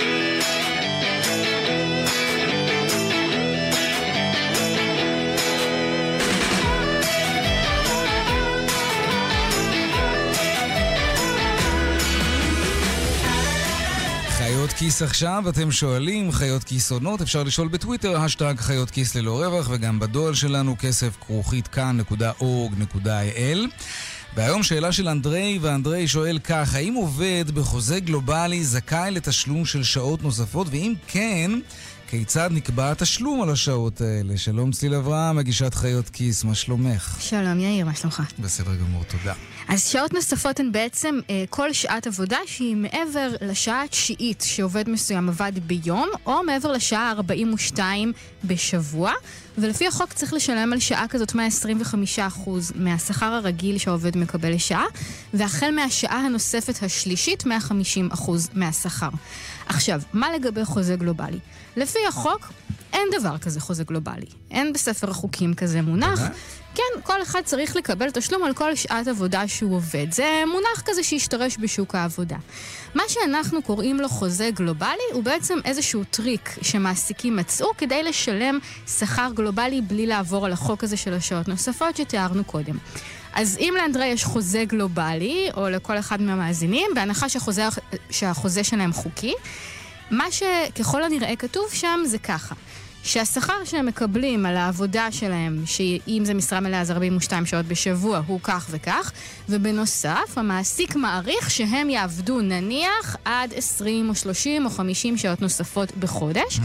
חיות כיס עכשיו, אתם שואלים, חיות כיס עונות, אפשר לשאול בטוויטר, השטג חיות כיס ללא רווח, וגם בדואל שלנו, כסף@כאן.org.il. והיום שאלה של אנדרי, ואנדרי שואל כך, האם עובד בחוזה גלובלי זכאי לתשלום של שעות נוספות, ואם כן, כיצד נקבע התשלום על השעות האלה? שלום צליל אברהם, מגישת חיות כיס, מה שלומך? שלום יאיר, מה שלומך? בסדר גמור, תודה. אז שעות נוספות הן בעצם כל שעת עבודה שהיא מעבר לשעה התשיעית שעובד מסוים עבד ביום, או מעבר לשעה 42 בשבוע, ולפי החוק צריך לשלם על שעה כזאת 125% מהשכר הרגיל שהעובד מקבל לשעה, והחל מהשעה הנוספת השלישית 150% מהשכר. עכשיו, מה לגבי חוזה גלובלי? לפי החוק אין דבר כזה חוזה גלובלי. אין בספר החוקים כזה מונח. כן, כל אחד צריך לקבל תשלום על כל שעת עבודה שהוא עובד. זה מונח כזה שישתרש בשוק העבודה. מה שאנחנו קוראים לו חוזה גלובלי הוא בעצם איזשהו טריק שמעסיקים מצאו כדי לשלם שכר גלובלי בלי לעבור על החוק הזה של השעות נוספות שתיארנו קודם. אז אם לאנדרי יש חוזה גלובלי, או לכל אחד מהמאזינים, בהנחה שהחוזה שלהם חוקי, מה שככל הנראה כתוב שם זה ככה. שהשכר שהם מקבלים על העבודה שלהם, שאם זה משרה מלאה זה 42 שעות בשבוע, הוא כך וכך, ובנוסף המעסיק מעריך שהם יעבדו נניח עד 20 או 30 או 50 שעות נוספות בחודש,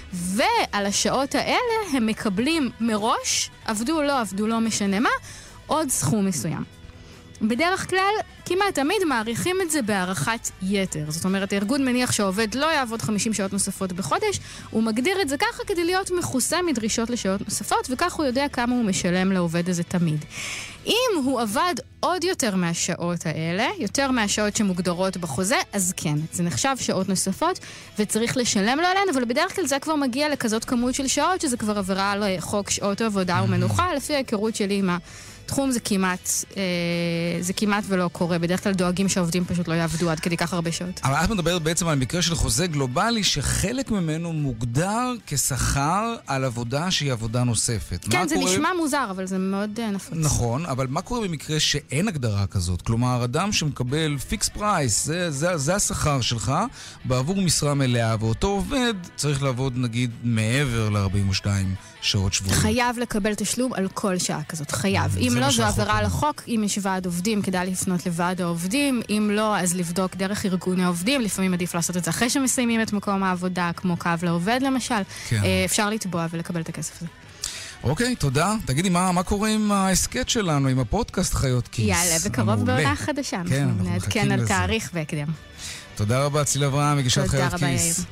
ועל השעות האלה הם מקבלים מראש, עבדו או לא עבדו, לא משנה מה, עוד סכום מסוים. בדרך כלל, כמעט תמיד מעריכים את זה בהערכת יתר. זאת אומרת, הארגון מניח שהעובד לא יעבוד 50 שעות נוספות בחודש, הוא מגדיר את זה ככה כדי להיות מכוסה מדרישות לשעות נוספות, וכך הוא יודע כמה הוא משלם לעובד הזה תמיד. אם הוא עבד עוד יותר מהשעות האלה, יותר מהשעות שמוגדרות בחוזה, אז כן, זה נחשב שעות נוספות, וצריך לשלם לו עליהן, אבל בדרך כלל זה כבר מגיע לכזאת כמות של שעות, שזה כבר עבירה לחוק שעות עבודה ומנוחה, לפי ההיכרות שלי עם התחום זה כמעט ולא קורה. בדרך כלל דואגים שהעובדים פשוט לא יעבדו עד כדי כך הרבה שעות. אבל את מדברת בעצם על מקרה של חוזה גלובלי שחלק ממנו מוגדר כשכר על עבודה שהיא עבודה נוספת. כן, זה נשמע מוזר, אבל זה מאוד נפוץ. נכון, אבל מה קורה במקרה שאין הגדרה כזאת? כלומר, אדם שמקבל פיקס פרייס, זה השכר שלך בעבור משרה מלאה, ואותו עובד צריך לעבוד נגיד מעבר ל-42 שעות שבועיות. חייב לקבל תשלום על כל שעה כזאת, חייב. אם לא, זו עבירה על החוק. אם יש ועד עובדים, כדאי לפנות לוועד העובדים. אם לא, אז לבדוק דרך ארגוני העובדים. לפעמים עדיף לעשות את זה אחרי שמסיימים את מקום העבודה, כמו קו לעובד למשל. אפשר לתבוע ולקבל את הכסף הזה. אוקיי, תודה. תגידי, מה קורה עם ההסקט שלנו, עם הפודקאסט חיות כיס? יעלה בקרוב בעונה חדשה. אנחנו נעדכן על תאריך בהקדם. תודה רבה, צילה אברהם, מגישת חיות כיס.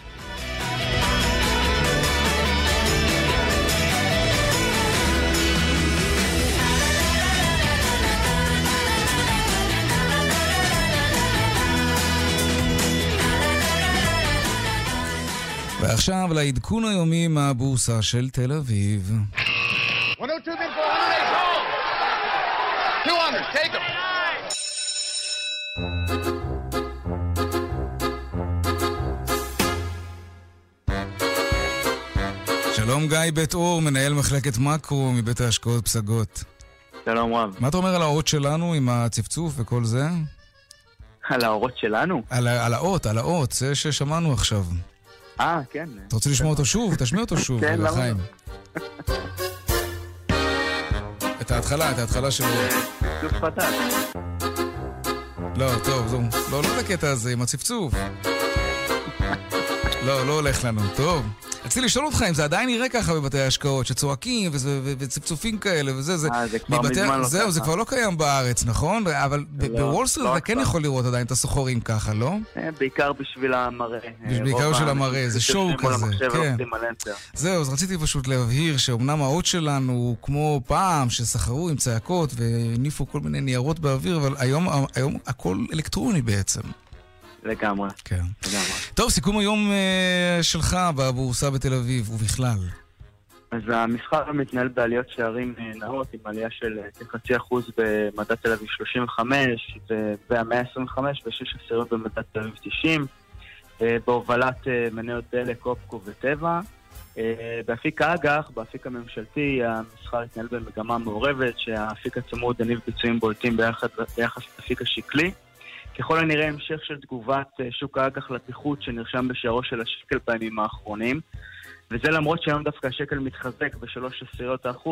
ועכשיו לעדכון היומי מהבורסה של תל אביב. 102 bid for 108. 200, take them. שלום גיא בית אור, מנהל מחלקת מקרו מבית ההשקעות פסגות. שלום רב. מה אתה אומר על האות שלנו עם הצפצוף וכל זה? על האורות שלנו? על האות, זה ששמענו עכשיו. כן. אתה רוצה לשמוע אותו שוב? תשמיע אותו שוב. כן, למה לא? את ההתחלה שלו. צפצוף חדש. לא, טוב, לא לקטע הזה עם הצפצוף. לא הולך לנו, טוב. רציתי לשאול אותך אם זה עדיין נראה ככה בבתי ההשקעות, שצועקים וצפצופים כאלה וזה, זה כבר מזמן לא ככה. זה כבר לא קיים בארץ, נכון? אבל בוול סטריט אתה כן יכול לראות עדיין את הסוחרים ככה, לא? בעיקר בשביל המראה. בעיקר בשביל המראה, זה שואו כזה. זהו, אז רציתי פשוט להבהיר שאומנם האות שלנו הוא כמו פעם שסחרו עם צעקות וניפו כל מיני ניירות באוויר, אבל היום הכל אלקטרוני בעצם. לגמרי. כן. טוב, סיכום היום שלך בבורסה בתל אביב ובכלל. אז המסחר מתנהל בעליות שערים נאות עם עלייה של 0.5% במדד תל אביב 35 ו-125 ו-16 במדד תל אביב 90 בהובלת מניות דלק, אופקו וטבע. באפיק האג"ח, באפיק הממשלתי, המסחר התנהל במגמה מעורבת שהאפיק הצמוד הניב ביצועים בולטים ביחס לאפיק השקלי. ככל הנראה המשך של תגובת שוק האג"ח לפיחות שנרשם בשערו של השקל בימים האחרונים, וזה למרות שהיום דווקא השקל מתחזק ב3.0%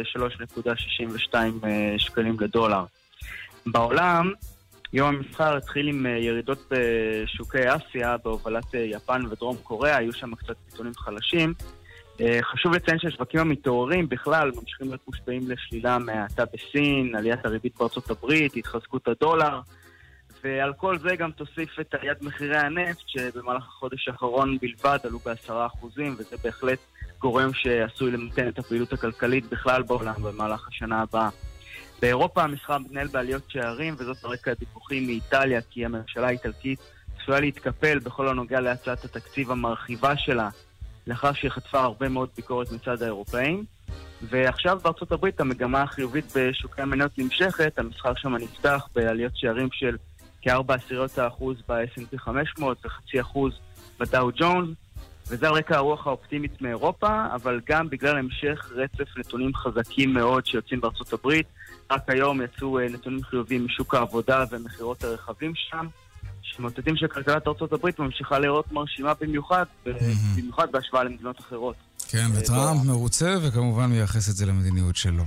ל-3.62 שקלים לדולר. בעולם, יום המסחר התחיל עם ירידות בשוקי אסיה, בהובלת יפן ודרום קוריאה, היו שם קצת פיתונים חלשים. חשוב לציין שהשווקים המתעוררים בכלל ממשיכים להיות מושפעים לשלילה מהאטה בסין, עליית הריבית בארצות הברית, התחזקות הדולר, ועל כל זה גם תוסיף את עליית מחירי הנפט, שבמהלך החודש האחרון בלבד עלו ב10%, וזה בהחלט גורם שעשוי למתן את הפעילות הכלכלית בכלל בעולם במהלך השנה הבאה. באירופה המסחר מתנהל בעליות שערים, וזאת הרקע הדיווחים מאיטליה, כי הממשלה האיטלקית צפויה להתקפל בכל הנוגע להצעת התקציב המרחיבה שלה, לאחר שהיא חטפה הרבה מאוד ביקורת מצד האירופאים. ועכשיו בארצות הברית המגמה החיובית בשוקי המניות נמשכת, המסחר שם נפתח בעליות שערים של כ-0.4% ב-S&P 500 ו0.5% בדאו ג'ונס, וזה על רקע הרוח האופטימית מאירופה, אבל גם בגלל המשך רצף נתונים חזקים מאוד שיוצאים בארצות הברית. רק היום יצאו נתונים חיוביים משוק העבודה ומחירות הרכבים שם, שמוטטים שכלכלת ארצות הברית ממשיכה לראות מרשימה במיוחד בהשוואה למדינות אחרות. כן, וטראמפ מרוצה וכמובן מייחס את זה למדיניות שלו.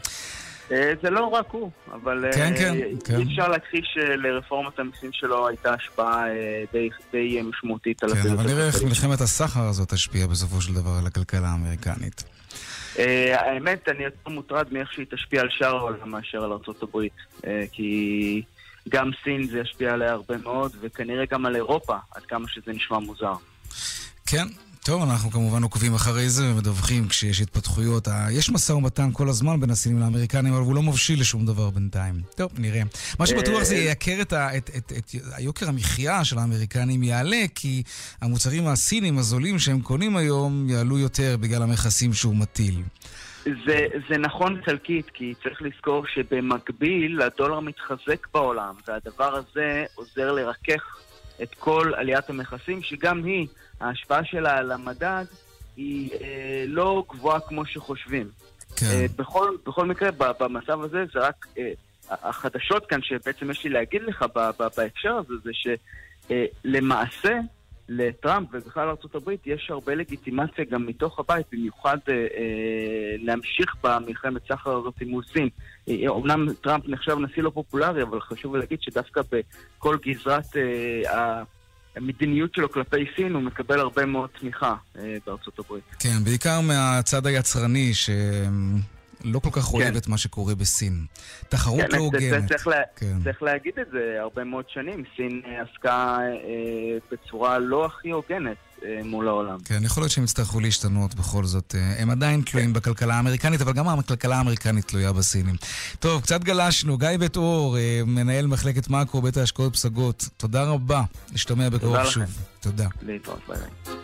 זה לא רק הוא, אבל אי אפשר להכחיש שלרפורמת המיסים שלו הייתה השפעה די משמעותית על הפעילות. כן, אבל נראה איך מלחמת הסחר הזאת תשפיע בסופו של דבר על הכלכלה האמריקנית. האמת, אני יותר מוטרד מאיך שהיא תשפיע על שאר העולם מאשר על ארצות הברית, כי גם סין זה ישפיע עליה הרבה מאוד, וכנראה גם על אירופה, עד כמה שזה נשמע מוזר. כן. טוב, אנחנו כמובן עוקבים אחרי זה ומדווחים כשיש התפתחויות. יש משא ומתן כל הזמן בין הסינים לאמריקנים, אבל הוא לא מבשיל לשום דבר בינתיים. טוב, נראה. מה שבטוח זה יקר את היוקר המחיה של האמריקנים יעלה, כי המוצרים הסינים הזולים שהם קונים היום יעלו יותר בגלל המכסים שהוא מטיל. זה נכון חלקית, כי צריך לזכור שבמקביל הדולר מתחזק בעולם, והדבר הזה עוזר לרכך את כל עליית המכסים, שגם היא, ההשפעה שלה על המדד, היא לא גבוהה כמו שחושבים. כן. בכל מקרה, במצב הזה, זה רק החדשות כאן שבעצם יש לי להגיד לך בהקשר הזה, זה שלמעשה, לטראמפ ובכלל ארצות הברית יש הרבה לגיטימציה גם מתוך הבית, במיוחד להמשיך במלחמת סחר הזאת מול סין. אומנם טראמפ נחשב נשיא לא פופולרי, אבל חשוב להגיד שדווקא בכל גזרת המדיניות שלו כלפי סין הוא מקבל הרבה מאוד תמיכה בארצות הברית. כן, בעיקר מהצד היצרני לא כל כך אוהב את מה שקורה בסין. תחרות לא הוגנת. צריך להגיד את זה הרבה מאוד שנים. סין עסקה בצורה לא הכי הוגנת מול העולם. כן, יכול להיות שהם יצטרכו להשתנות בכל זאת. הם עדיין תלויים בכלכלה האמריקנית, אבל גם הכלכלה האמריקנית תלויה בסינים. טוב, קצת גלשנו. גיא בית אור, מנהל מחלקת מאקרו, בית ההשקעות פסגות. תודה רבה. נשתמע בקרוב שוב. תודה. להתראות, ביי ביי.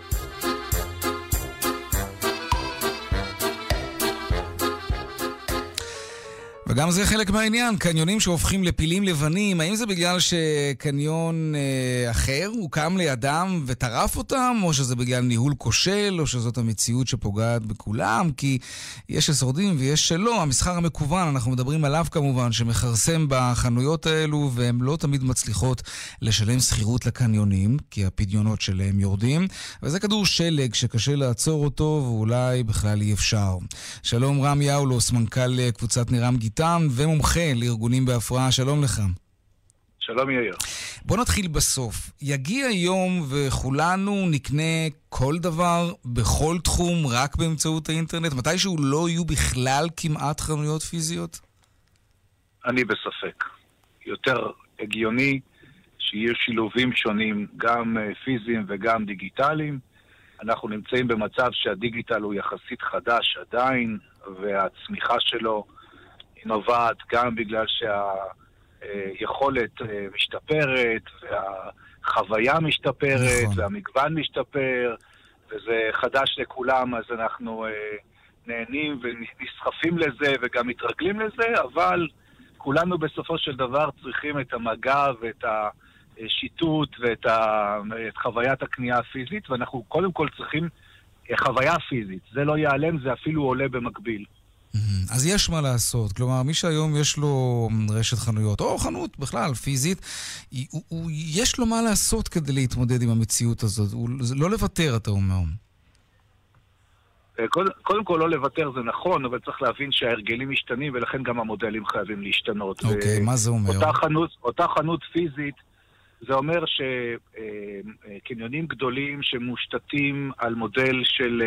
וגם זה חלק מהעניין, קניונים שהופכים לפילים לבנים, האם זה בגלל שקניון אחר הוקם לידם וטרף אותם, או שזה בגלל ניהול כושל, או שזאת המציאות שפוגעת בכולם, כי יש ששורדים ויש שלא, המשחק המקוון, אנחנו מדברים עליו כמובן, שמחרסם בחנויות האלו, והן לא תמיד מצליחות לשלם שכירות לקניונים, כי הפדיונות שלהם יורדים, וזה כדור שלג שקשה לעצור אותו, ואולי בכלל אי אפשר. שלום רם יאולוס, מנכ"ל קבוצת נירם גיטן, ומומחה לארגונים בהפרעה, שלום לך. שלום יאיר. בוא נתחיל בסוף. יגיע יום וכולנו נקנה כל דבר, בכל תחום, רק באמצעות האינטרנט? מתישהו לא יהיו בכלל כמעט חנויות פיזיות? אני בספק. יותר הגיוני שיהיו שילובים שונים, גם פיזיים וגם דיגיטליים. אנחנו נמצאים במצב שהדיגיטל הוא יחסית חדש עדיין, והצמיחה שלו נובעת גם בגלל שהיכולת משתפרת, והחוויה משתפרת, נכון. והמגוון משתפר, וזה חדש לכולם, אז אנחנו נהנים ונסחפים לזה וגם מתרגלים לזה, אבל כולנו בסופו של דבר צריכים את המגע ואת השיטוט ואת חוויית הקנייה הפיזית, ואנחנו קודם כל צריכים חוויה פיזית. זה לא ייעלם, זה אפילו עולה במקביל. אז יש מה לעשות, כלומר מי שהיום יש לו רשת חנויות או חנות בכלל פיזית, יש לו מה לעשות כדי להתמודד עם המציאות הזאת, לא לוותר, אתה אומר. קודם כל לא לוותר זה נכון, אבל צריך להבין שההרגלים משתנים ולכן גם המודלים חייבים להשתנות. אוקיי, מה זה אומר? אותה חנות פיזית, זה אומר שקניונים גדולים שמושתתים על מודל של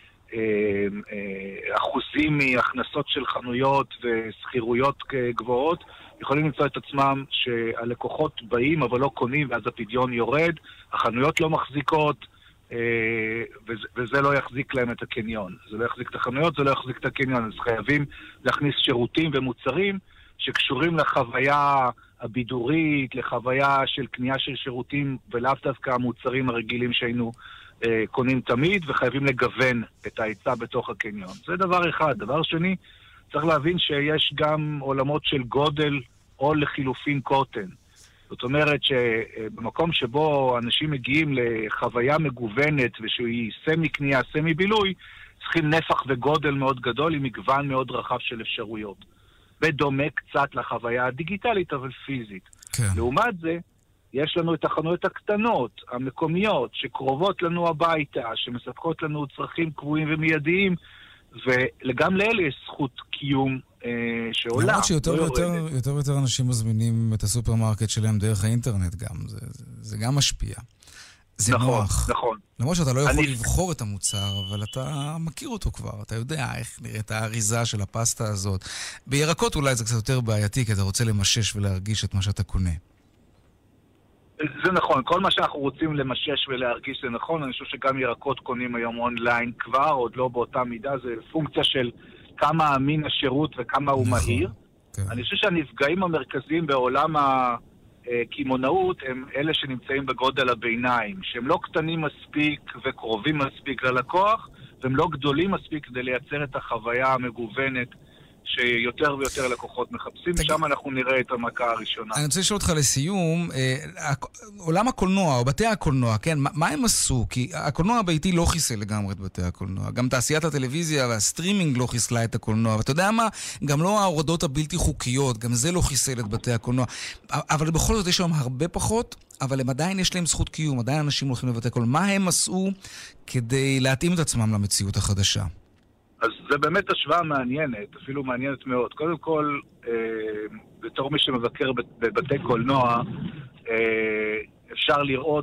אחוזים מהכנסות של חנויות וסחירויות גבוהות, יכולים למצוא את עצמם שהלקוחות באים אבל לא קונים ואז הפדיון יורד, החנויות לא מחזיקות וזה לא יחזיק להם את הקניון. זה לא יחזיק את החנויות, זה לא יחזיק את הקניון. אז חייבים להכניס שירותים ומוצרים שקשורים לחוויה הבידורית, לחוויה של קנייה של שירותים ולאו דווקא המוצרים הרגילים שהיינו קונים תמיד, וחייבים לגוון את ההיצע בתוך הקניון. זה דבר אחד. דבר שני, צריך להבין שיש גם עולמות של גודל או לחילופין קוטן. זאת אומרת שבמקום שבו אנשים מגיעים לחוויה מגוונת ושהיא סמי קנייה, סמי בילוי, צריכים נפח וגודל מאוד גדול עם מגוון מאוד רחב של אפשרויות. בדומה קצת לחוויה הדיגיטלית אבל פיזית. כן. לעומת זה, יש לנו את החנויות הקטנות, המקומיות, שקרובות לנו הביתה, שמספקות לנו צרכים קבועים ומיידיים, וגם לאלה יש זכות קיום שעולה. למרות שיותר ויותר אנשים מזמינים את הסופרמרקט שלהם דרך האינטרנט גם, זה גם משפיע. זה נוח. נכון. למרות שאתה לא יכול לבחור את המוצר, אבל אתה מכיר אותו כבר, אתה יודע איך נראית האריזה של הפסטה הזאת. בירקות אולי זה קצת יותר בעייתי, כי אתה רוצה למשש ולהרגיש את מה שאתה קונה. זה נכון, כל מה שאנחנו רוצים למשש ולהרגיש זה נכון, אני חושב שגם ירקות קונים היום אונליין כבר, עוד לא באותה מידה, זה פונקציה של כמה אמין השירות וכמה הוא מהיר. אני חושב שהנפגעים המרכזיים בעולם הקימונאות הם אלה שנמצאים בגודל הביניים, שהם לא קטנים מספיק וקרובים מספיק ללקוח, והם לא גדולים מספיק כדי לייצר את החוויה המגוונת שיותר ויותר לקוחות מחפשים, שם אנחנו נראה את המכה הראשונה. אני רוצה לשאול אותך לסיום, עולם הקולנוע, או בתי הקולנוע, כן, מה הם עשו? כי הקולנוע הביתי לא חיסל לגמרי את בתי הקולנוע. גם תעשיית הטלוויזיה והסטרימינג לא חיסלה את הקולנוע. ואתה יודע מה? גם לא ההורדות הבלתי חוקיות, גם זה לא חיסל את בתי הקולנוע. אבל בכל זאת יש שם הרבה פחות, אבל הם עדיין יש להם זכות קיום, עדיין אנשים הולכים לבתי קולנוע. מה הם עשו כדי להתאים את עצמם למציאות החדשה? אז זה באמת השוואה מעניינת, אפילו מעניינת מאוד. קודם כל, בתור מי שמבקר בבתי קולנוע, אפשר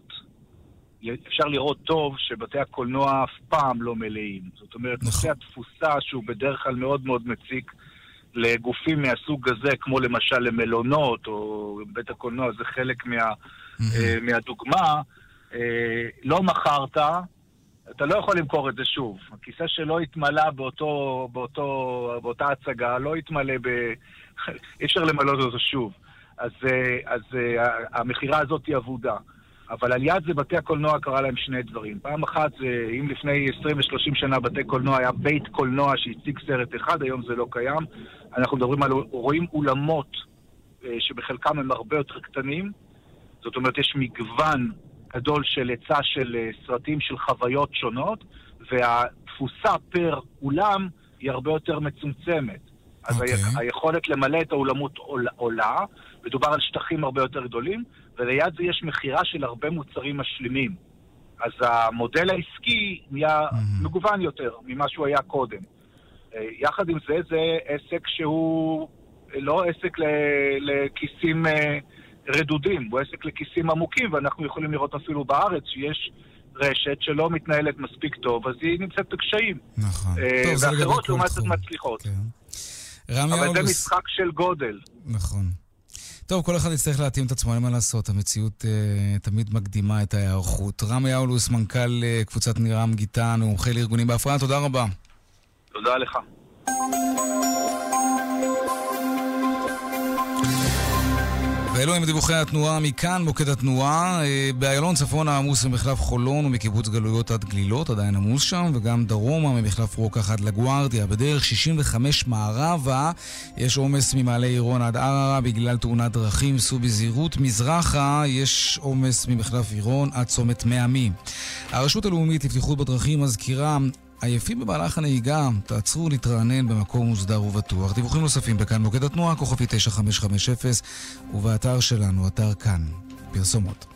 לראות טוב שבתי הקולנוע אף פעם לא מלאים. זאת אומרת, נושא התפוסה שהוא בדרך כלל מאוד מאוד מציק לגופים מהסוג הזה, כמו למשל למלונות, או בית הקולנוע, זה חלק מהדוגמה, לא מכרת, אתה לא יכול למכור את זה שוב. הכיסא שלא התמלא באותה הצגה, לא התמלא אי אפשר למלא אותו שוב. אז המחירה הזאת היא עבודה. אבל על יד זה בתי הקולנוע קרה להם שני דברים. פעם אחת, אם לפני 20 ו-30 שנה בתי קולנוע היה בית קולנוע שהציג סרט אחד, היום זה לא קיים. אנחנו מדברים על רואים אולמות שבחלקם הם הרבה יותר קטנים. זאת אומרת, יש מגוון גדול של היצע של סרטים של חוויות שונות, והתפוסה פר אולם היא הרבה יותר מצומצמת. אז היכולת למלא את האולמות עולה, מדובר על שטחים הרבה יותר גדולים, וליד זה יש מחירה של הרבה מוצרים משלימים. אז המודל העסקי נהיה מגוון יותר ממה שהוא היה קודם. יחד עם זה, זה עסק שהוא לא עסק לכיסים רדודים, הוא עסק לכיסים עמוקים, ואנחנו יכולים לראות אפילו בארץ שיש רשת שלא מתנהלת מספיק טוב, אז היא נמצאת בקשיים. נכון. ואחרות לעומת זאת מצליחות. אבל זה משחק של גודל. נכון. טוב, כל אחד יצטרך להתאים את עצמו, אין מה לעשות, המציאות תמיד מקדימה את ההיערכות. רמי יאולוס, מנכ"ל קבוצת נירם גיטן, ומומחה לארגונים בהפרעה, תודה רבה. תודה לך. ואלו הם דיווחי התנועה מכאן, מוקד התנועה. באיילון צפון העמוס ממחלף חולון ומקיבוץ גלויות עד גלילות, עדיין עמוס שם, וגם דרומה ממחלף רוקח עד לגוארדיה. בדרך 65 מערבה יש עומס ממעלה עירון עד ערערה בגלל תאונת דרכים, סעו בזהירות. מזרחה יש עומס ממחלף עירון עד צומת מעמי. הרשות הלאומית לבטיחות בדרכים מזכירה עייפים במהלך הנהיגה, תעצרו להתרענן במקום מוסדר ובטוח. דיווחים נוספים בכאן מוקד התנועה, כוכבי 9550, ובאתר שלנו, אתר כאן. פרסומות.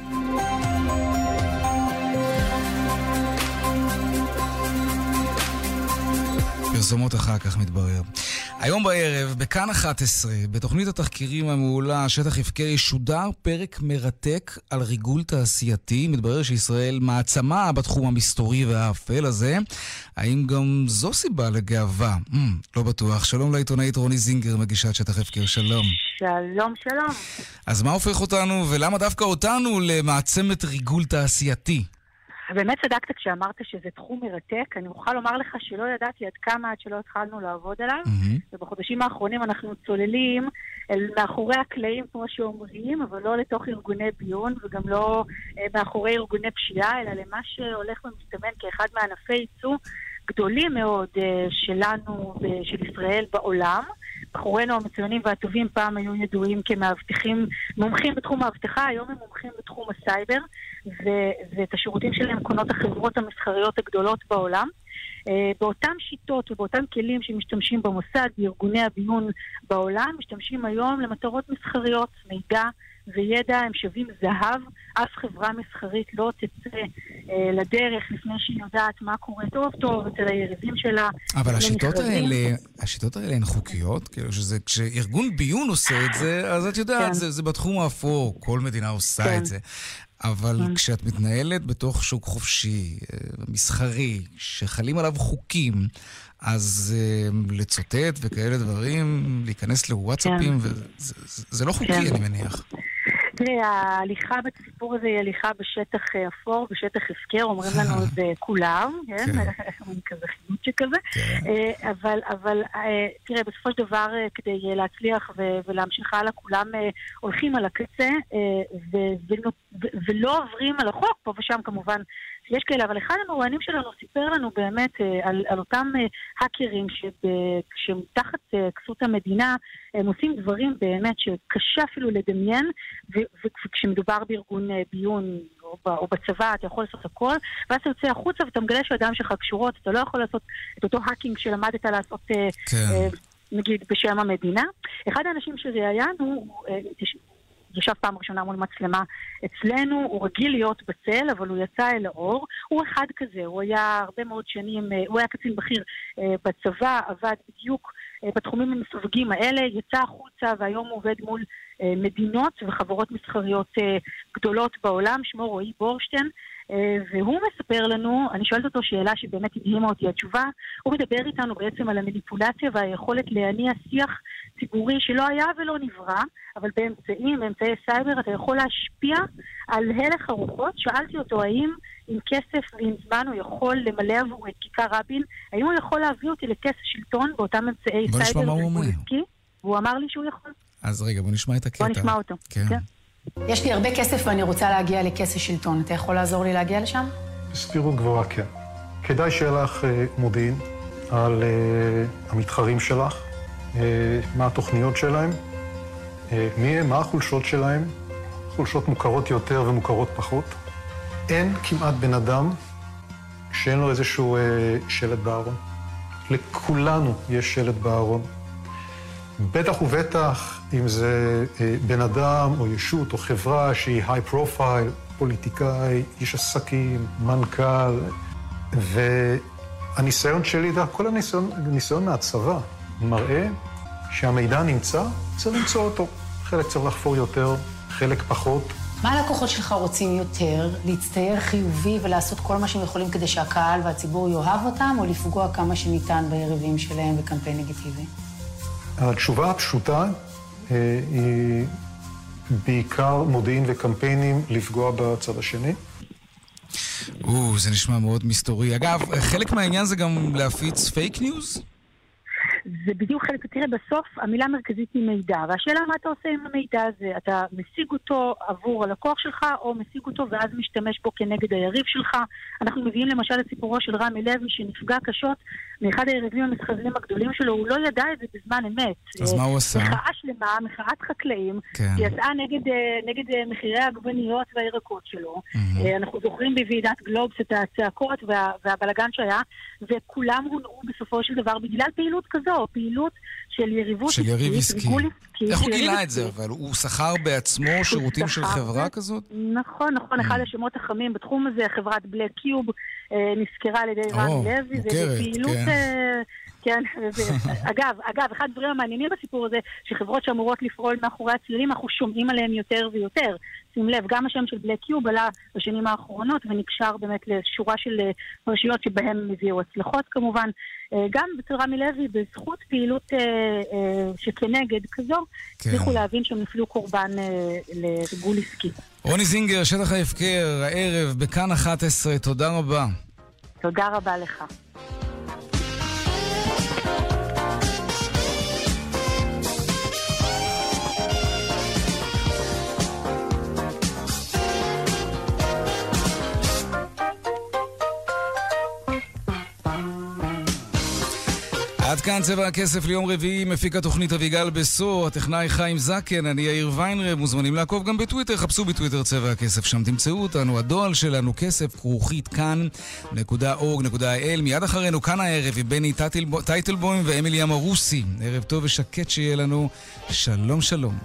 פרסומות אחר כך מתברר. היום בערב, בכאן 11, בתוכנית התחקירים המעולה, שטח הפקר, ישודר פרק מרתק על ריגול תעשייתי. מתברר שישראל מעצמה בתחום המסתורי והאפל הזה. האם גם זו סיבה לגאווה? לא בטוח. שלום לעיתונאית רוני זינגר, מגישת שטח הפקר. שלום. שלום, שלום. אז מה הופך אותנו, ולמה דווקא אותנו, למעצמת ריגול תעשייתי? באמת צדקת כשאמרת שזה תחום מרתק. אני אוכל לומר לך שלא ידעתי עד כמה עד שלא התחלנו לעבוד עליו, ובחודשים האחרונים אנחנו צוללים מאחורי הקלעים, כמו שאומרים, אבל לא לתוך ארגוני ביון, וגם לא מאחורי ארגוני פשיעה, אלא למה שהולך ומסתמן כאחד מענפי ייצוא גדולים מאוד שלנו ושל ישראל בעולם. בחורינו המצוינים והטובים פעם היו ידועים כמאבטחים, מומחים בתחום האבטחה, היום הם מומחים בתחום הסייבר, ואת השירותים שלהם קונות החברות המסחריות הגדולות בעולם. באותם שיטות ובאותם כלים שמשתמשים במוסד, בארגוני הביון בעולם, משתמשים היום למטרות מסחריות, מידע וידע, הם שווים זהב. אף חברה מסחרית לא תצא לדרך לפני שהיא יודעת מה קורה טוב אצל היריבים שלה. אבל השיטות האלה הן חוקיות? כאילו כשארגון ביון עושה את זה, אז את יודעת, זה בתחום האפור, כל מדינה עושה את זה. אבל כשאת מתנהלת בתוך שוק חופשי, מסחרי, שחלים עליו חוקים, אז לצוטט וכאלה דברים, להיכנס לוואטסאפים, זה לא חוקי, אני מניח. תראה, ההליכה בסיפור הזה היא הליכה בשטח אפור, בשטח הפקר, אומרים לנו את זה כולם, כן? כזה חידוד שכזה. אבל תראה, בסופו של דבר, כדי להצליח ולהמשיך הלאה, כולם הולכים על הקצה ולא עוברים על החוק, פה ושם כמובן יש כאלה, אבל אחד המרואיינים שלנו סיפר לנו באמת על אותם האקרים שמתחת כסות המדינה, הם עושים דברים באמת שקשה אפילו לדמיין, וכשמדובר בארגון ביון או בצבא, אתה יכול לעשות הכל, ואז אתה יוצא החוצה ואתה מגלה שאדם שלך קשורות, אתה לא יכול לעשות את אותו האקינג שלמדת לעשות נגיד בשם המדינה. אחד האנשים שראיינו, ישב פעם ראשונה מול מצלמה אצלנו, הוא רגיל להיות בצל, אבל הוא יצא אל האור. הוא אחד כזה, הוא היה הרבה מאוד שנים, הוא היה קצין בכיר בצבא, עבד בדיוק בתחומים המסווגים האלה, יצא החוצה והיום הוא עובד מול מדינות וחברות מסחריות גדולות בעולם, שמו רועי בורשטיין, והוא מספר לנו, אני שואלת אותו שאלה שבאמת הדהימה אותי התשובה, הוא מדבר איתנו בעצם על המניפולציה והיכולת להניע שיח ציבורי שלא היה ולא נברא, אבל באמצעי סייבר אתה יכול להשפיע על הלך הרוחות. שאלתי אותו האם עם כסף ועם זמן הוא יכול למלא עבור את כיכר רבין, האם הוא יכול להביא אותי לכס שלטון באותם אמצעי סייבר ופוליטיקי, והוא אמר לי שהוא יכול. אז רגע, בוא נשמע את הקטע. בוא נשמע אותו. כן. יש לי הרבה כסף ואני רוצה להגיע לכס השלטון. אתה יכול לעזור לי להגיע לשם? בסבירות גבוהה, כן. כדאי שיהיה לך מודיעין על המתחרים שלך, מה התוכניות שלהם, מי הם, מה החולשות שלהם, חולשות מוכרות יותר ומוכרות פחות. אין כמעט בן אדם שאין לו איזשהו שלט בארון. לכולנו יש שלט בארון. בטח ובטח אם זה בן אדם או ישות או חברה שהיא high profile, פוליטיקאי, איש עסקים, מנכ"ל, והניסיון שלי, כל הניסיון מהצבא מראה שהמידע נמצא, צריך למצוא אותו. חלק צריך לחפור יותר, חלק פחות. מה הלקוחות שלך רוצים יותר? להצטייר חיובי ולעשות כל מה שהם יכולים כדי שהקהל והציבור יאהב אותם, או לפגוע כמה שניתן ביריבים שלהם בקמפיין נגטיבי? התשובה הפשוטה היא בעיקר מודיעין וקמפיינים לפגוע בצד השני. זה נשמע מאוד מסתורי. אגב, חלק מהעניין זה גם להפיץ פייק ניוז? זה בדיוק חלק, תראה, בסוף המילה המרכזית היא מידע, והשאלה מה אתה עושה עם המידע הזה, אתה משיג אותו עבור הלקוח שלך, או משיג אותו ואז משתמש בו כנגד היריב שלך. אנחנו מביאים למשל את סיפורו של רמי לוי, שנפגע קשות מאחד היריבים המסחריים הגדולים שלו, הוא לא ידע את זה בזמן אמת. אז מה הוא עשה? מחאה שלמה, מחאת חקלאים, יצאה נגד מחירי העגבניות והירקות שלו. אנחנו זוכרים בוועידת גלובס את הצעקות והבלגן שהיה, וכולם הונעו בסופו של דבר בגלל פעילות כזו, פעילות של יריבות של יריב עסקי. איך הוא גילה את זה? אבל הוא שכר בעצמו שירותים של חברה כזאת? נכון, אחד השמות החמים בתחום הזה, חברת בלק קיוב, נזכרה על ידי רמי לוי, זה פעילות... כן, אגב, אחד הדברים המעניינים בסיפור הזה, שחברות שאמורות לפעול מאחורי הצלילים, אנחנו שומעים עליהם יותר ויותר. שים לב, גם השם של בלק קיוב עלה בשנים האחרונות, ונקשר באמת לשורה של פרשיות שבהם הביאו הצלחות כמובן. גם בצל רמי לוי, בזכות פעילות שכנגד כזו, צריכו להבין שהם נפלו קורבן לריגול עסקי. רוני זינגר, שטח ההפקר, הערב, בכאן 11, תודה רבה. תודה רבה לך. עד כאן צבע הכסף ליום רביעי, מפיק התוכנית אביגל בסור, הטכנאי חיים זקן, אני יאיר ויינרב, מוזמנים לעקוב גם בטוויטר, חפשו בטוויטר צבע הכסף, שם תמצאו אותנו, הדואל שלנו כסף@כאן.org.il. מיד אחרינו כאן הערב עם בני טייטלבוים ואמילי אמרוסי. ערב טוב ושקט שיהיה לנו, שלום שלום.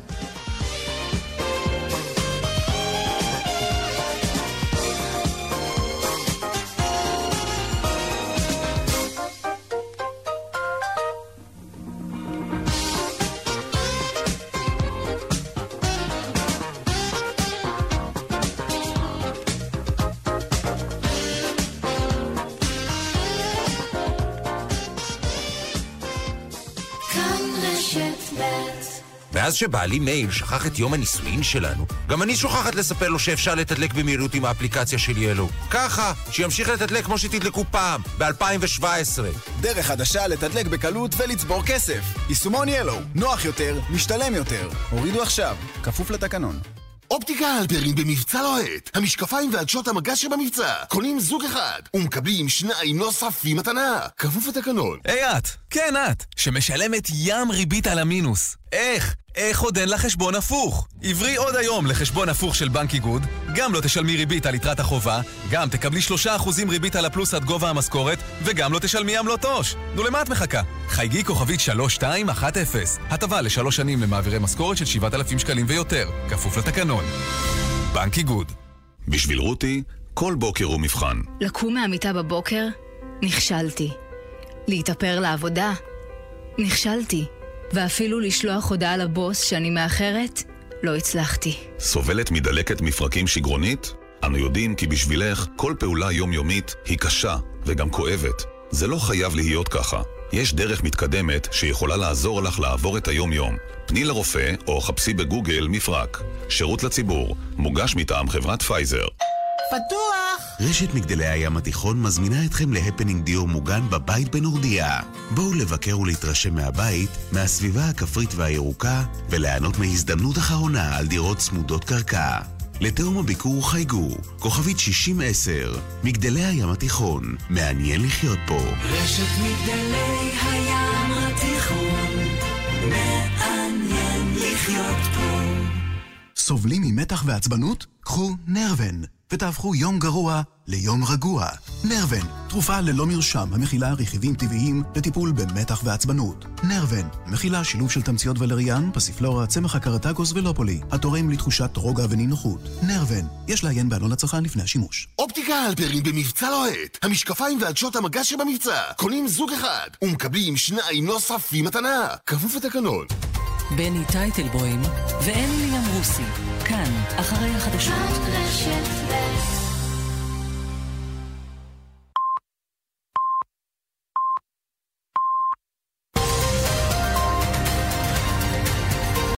מאז שבא לי מייל שכח את יום הנישואין שלנו, גם אני שוכחת לספר לו שאפשר לתדלק במהירות עם האפליקציה של ילו. ככה, שימשיך לתדלק כמו שתדלקו פעם, ב-2017. דרך חדשה לתדלק בקלות ולצבור כסף. יישומון ילו, נוח יותר, משתלם יותר. הורידו עכשיו, כפוף לתקנון. אופטיקה הלפרין במבצע לוהט. המשקפיים ועדשות המגע שבמבצע. קונים זוג אחד ומקבלים 2 נוספים מתנה. כפוף לתקנון. היי את, כן את, שמשלמת ים ריבית על המינוס. איך עוד אין לה חשבון הפוך? עברי עוד היום לחשבון הפוך של בנק איגוד, גם לא תשלמי ריבית על יתרת החובה, גם תקבלי 3% ריבית על הפלוס עד גובה המשכורת, וגם לא תשלמי עמלות עו"ש. נו, למה את מחכה? חייגי כוכבית 3210. הטבה ל3 שנים למעבירי משכורת של 7,000 שקלים ויותר, כפוף לתקנון. בנק איגוד. בשביל רותי, כל בוקר הוא מבחן. לקום מהמיטה בבוקר? נכשלתי. להתאפר לעבודה? נכשלתי. ואפילו לשלוח הודעה לבוס שאני מאחרת? לא הצלחתי. סובלת מדלקת מפרקים שגרונית? אנו יודעים כי בשבילך כל פעולה יומיומית היא קשה וגם כואבת. זה לא חייב להיות ככה. יש דרך מתקדמת שיכולה לעזור לך לעבור את היום-יום. פני לרופא או חפשי בגוגל מפרק. שירות לציבור, מוגש מטעם חברת פייזר. פתוח! רשת מגדלי הים התיכון מזמינה אתכם להפנינג דיור מוגן בבית בנורדיה. בואו לבקר ולהתרשם מהבית, מהסביבה הכפרית והירוקה, וליהנות מהזדמנות אחרונה על דירות צמודות קרקע. לתאום הביקור חייגו, כוכבית 6010, מגדלי הים התיכון, מעניין לחיות פה. רשת מגדלי הים התיכון, מעניין לחיות פה. סובלים ממתח ועצבנות? קחו נרוון, ותהפכו יום גרוע ליום רגוע. נרוון, תרופה ללא מרשם המכילה רכיבים טבעיים לטיפול במתח ועצבנות. נרוון, מכילה שילוב של תמציות ולריאן, פסיפלורה, צמח הקרטגוס ולופולי, התורם לתחושת רוגע ונינוחות. נרוון, יש לעיין בעלון לצרכן לפני השימוש. אופטיקה הלפרין במבצע לוהט. המשקפיים ועדשות המגע שבמבצע. קונים זוג אחד ומקבלים 2 נוספים מתנה. כפוף לתקנון. בני טייטלבוים ואלי ים רוסי, כאן, אחרי החדשות. רשת ב'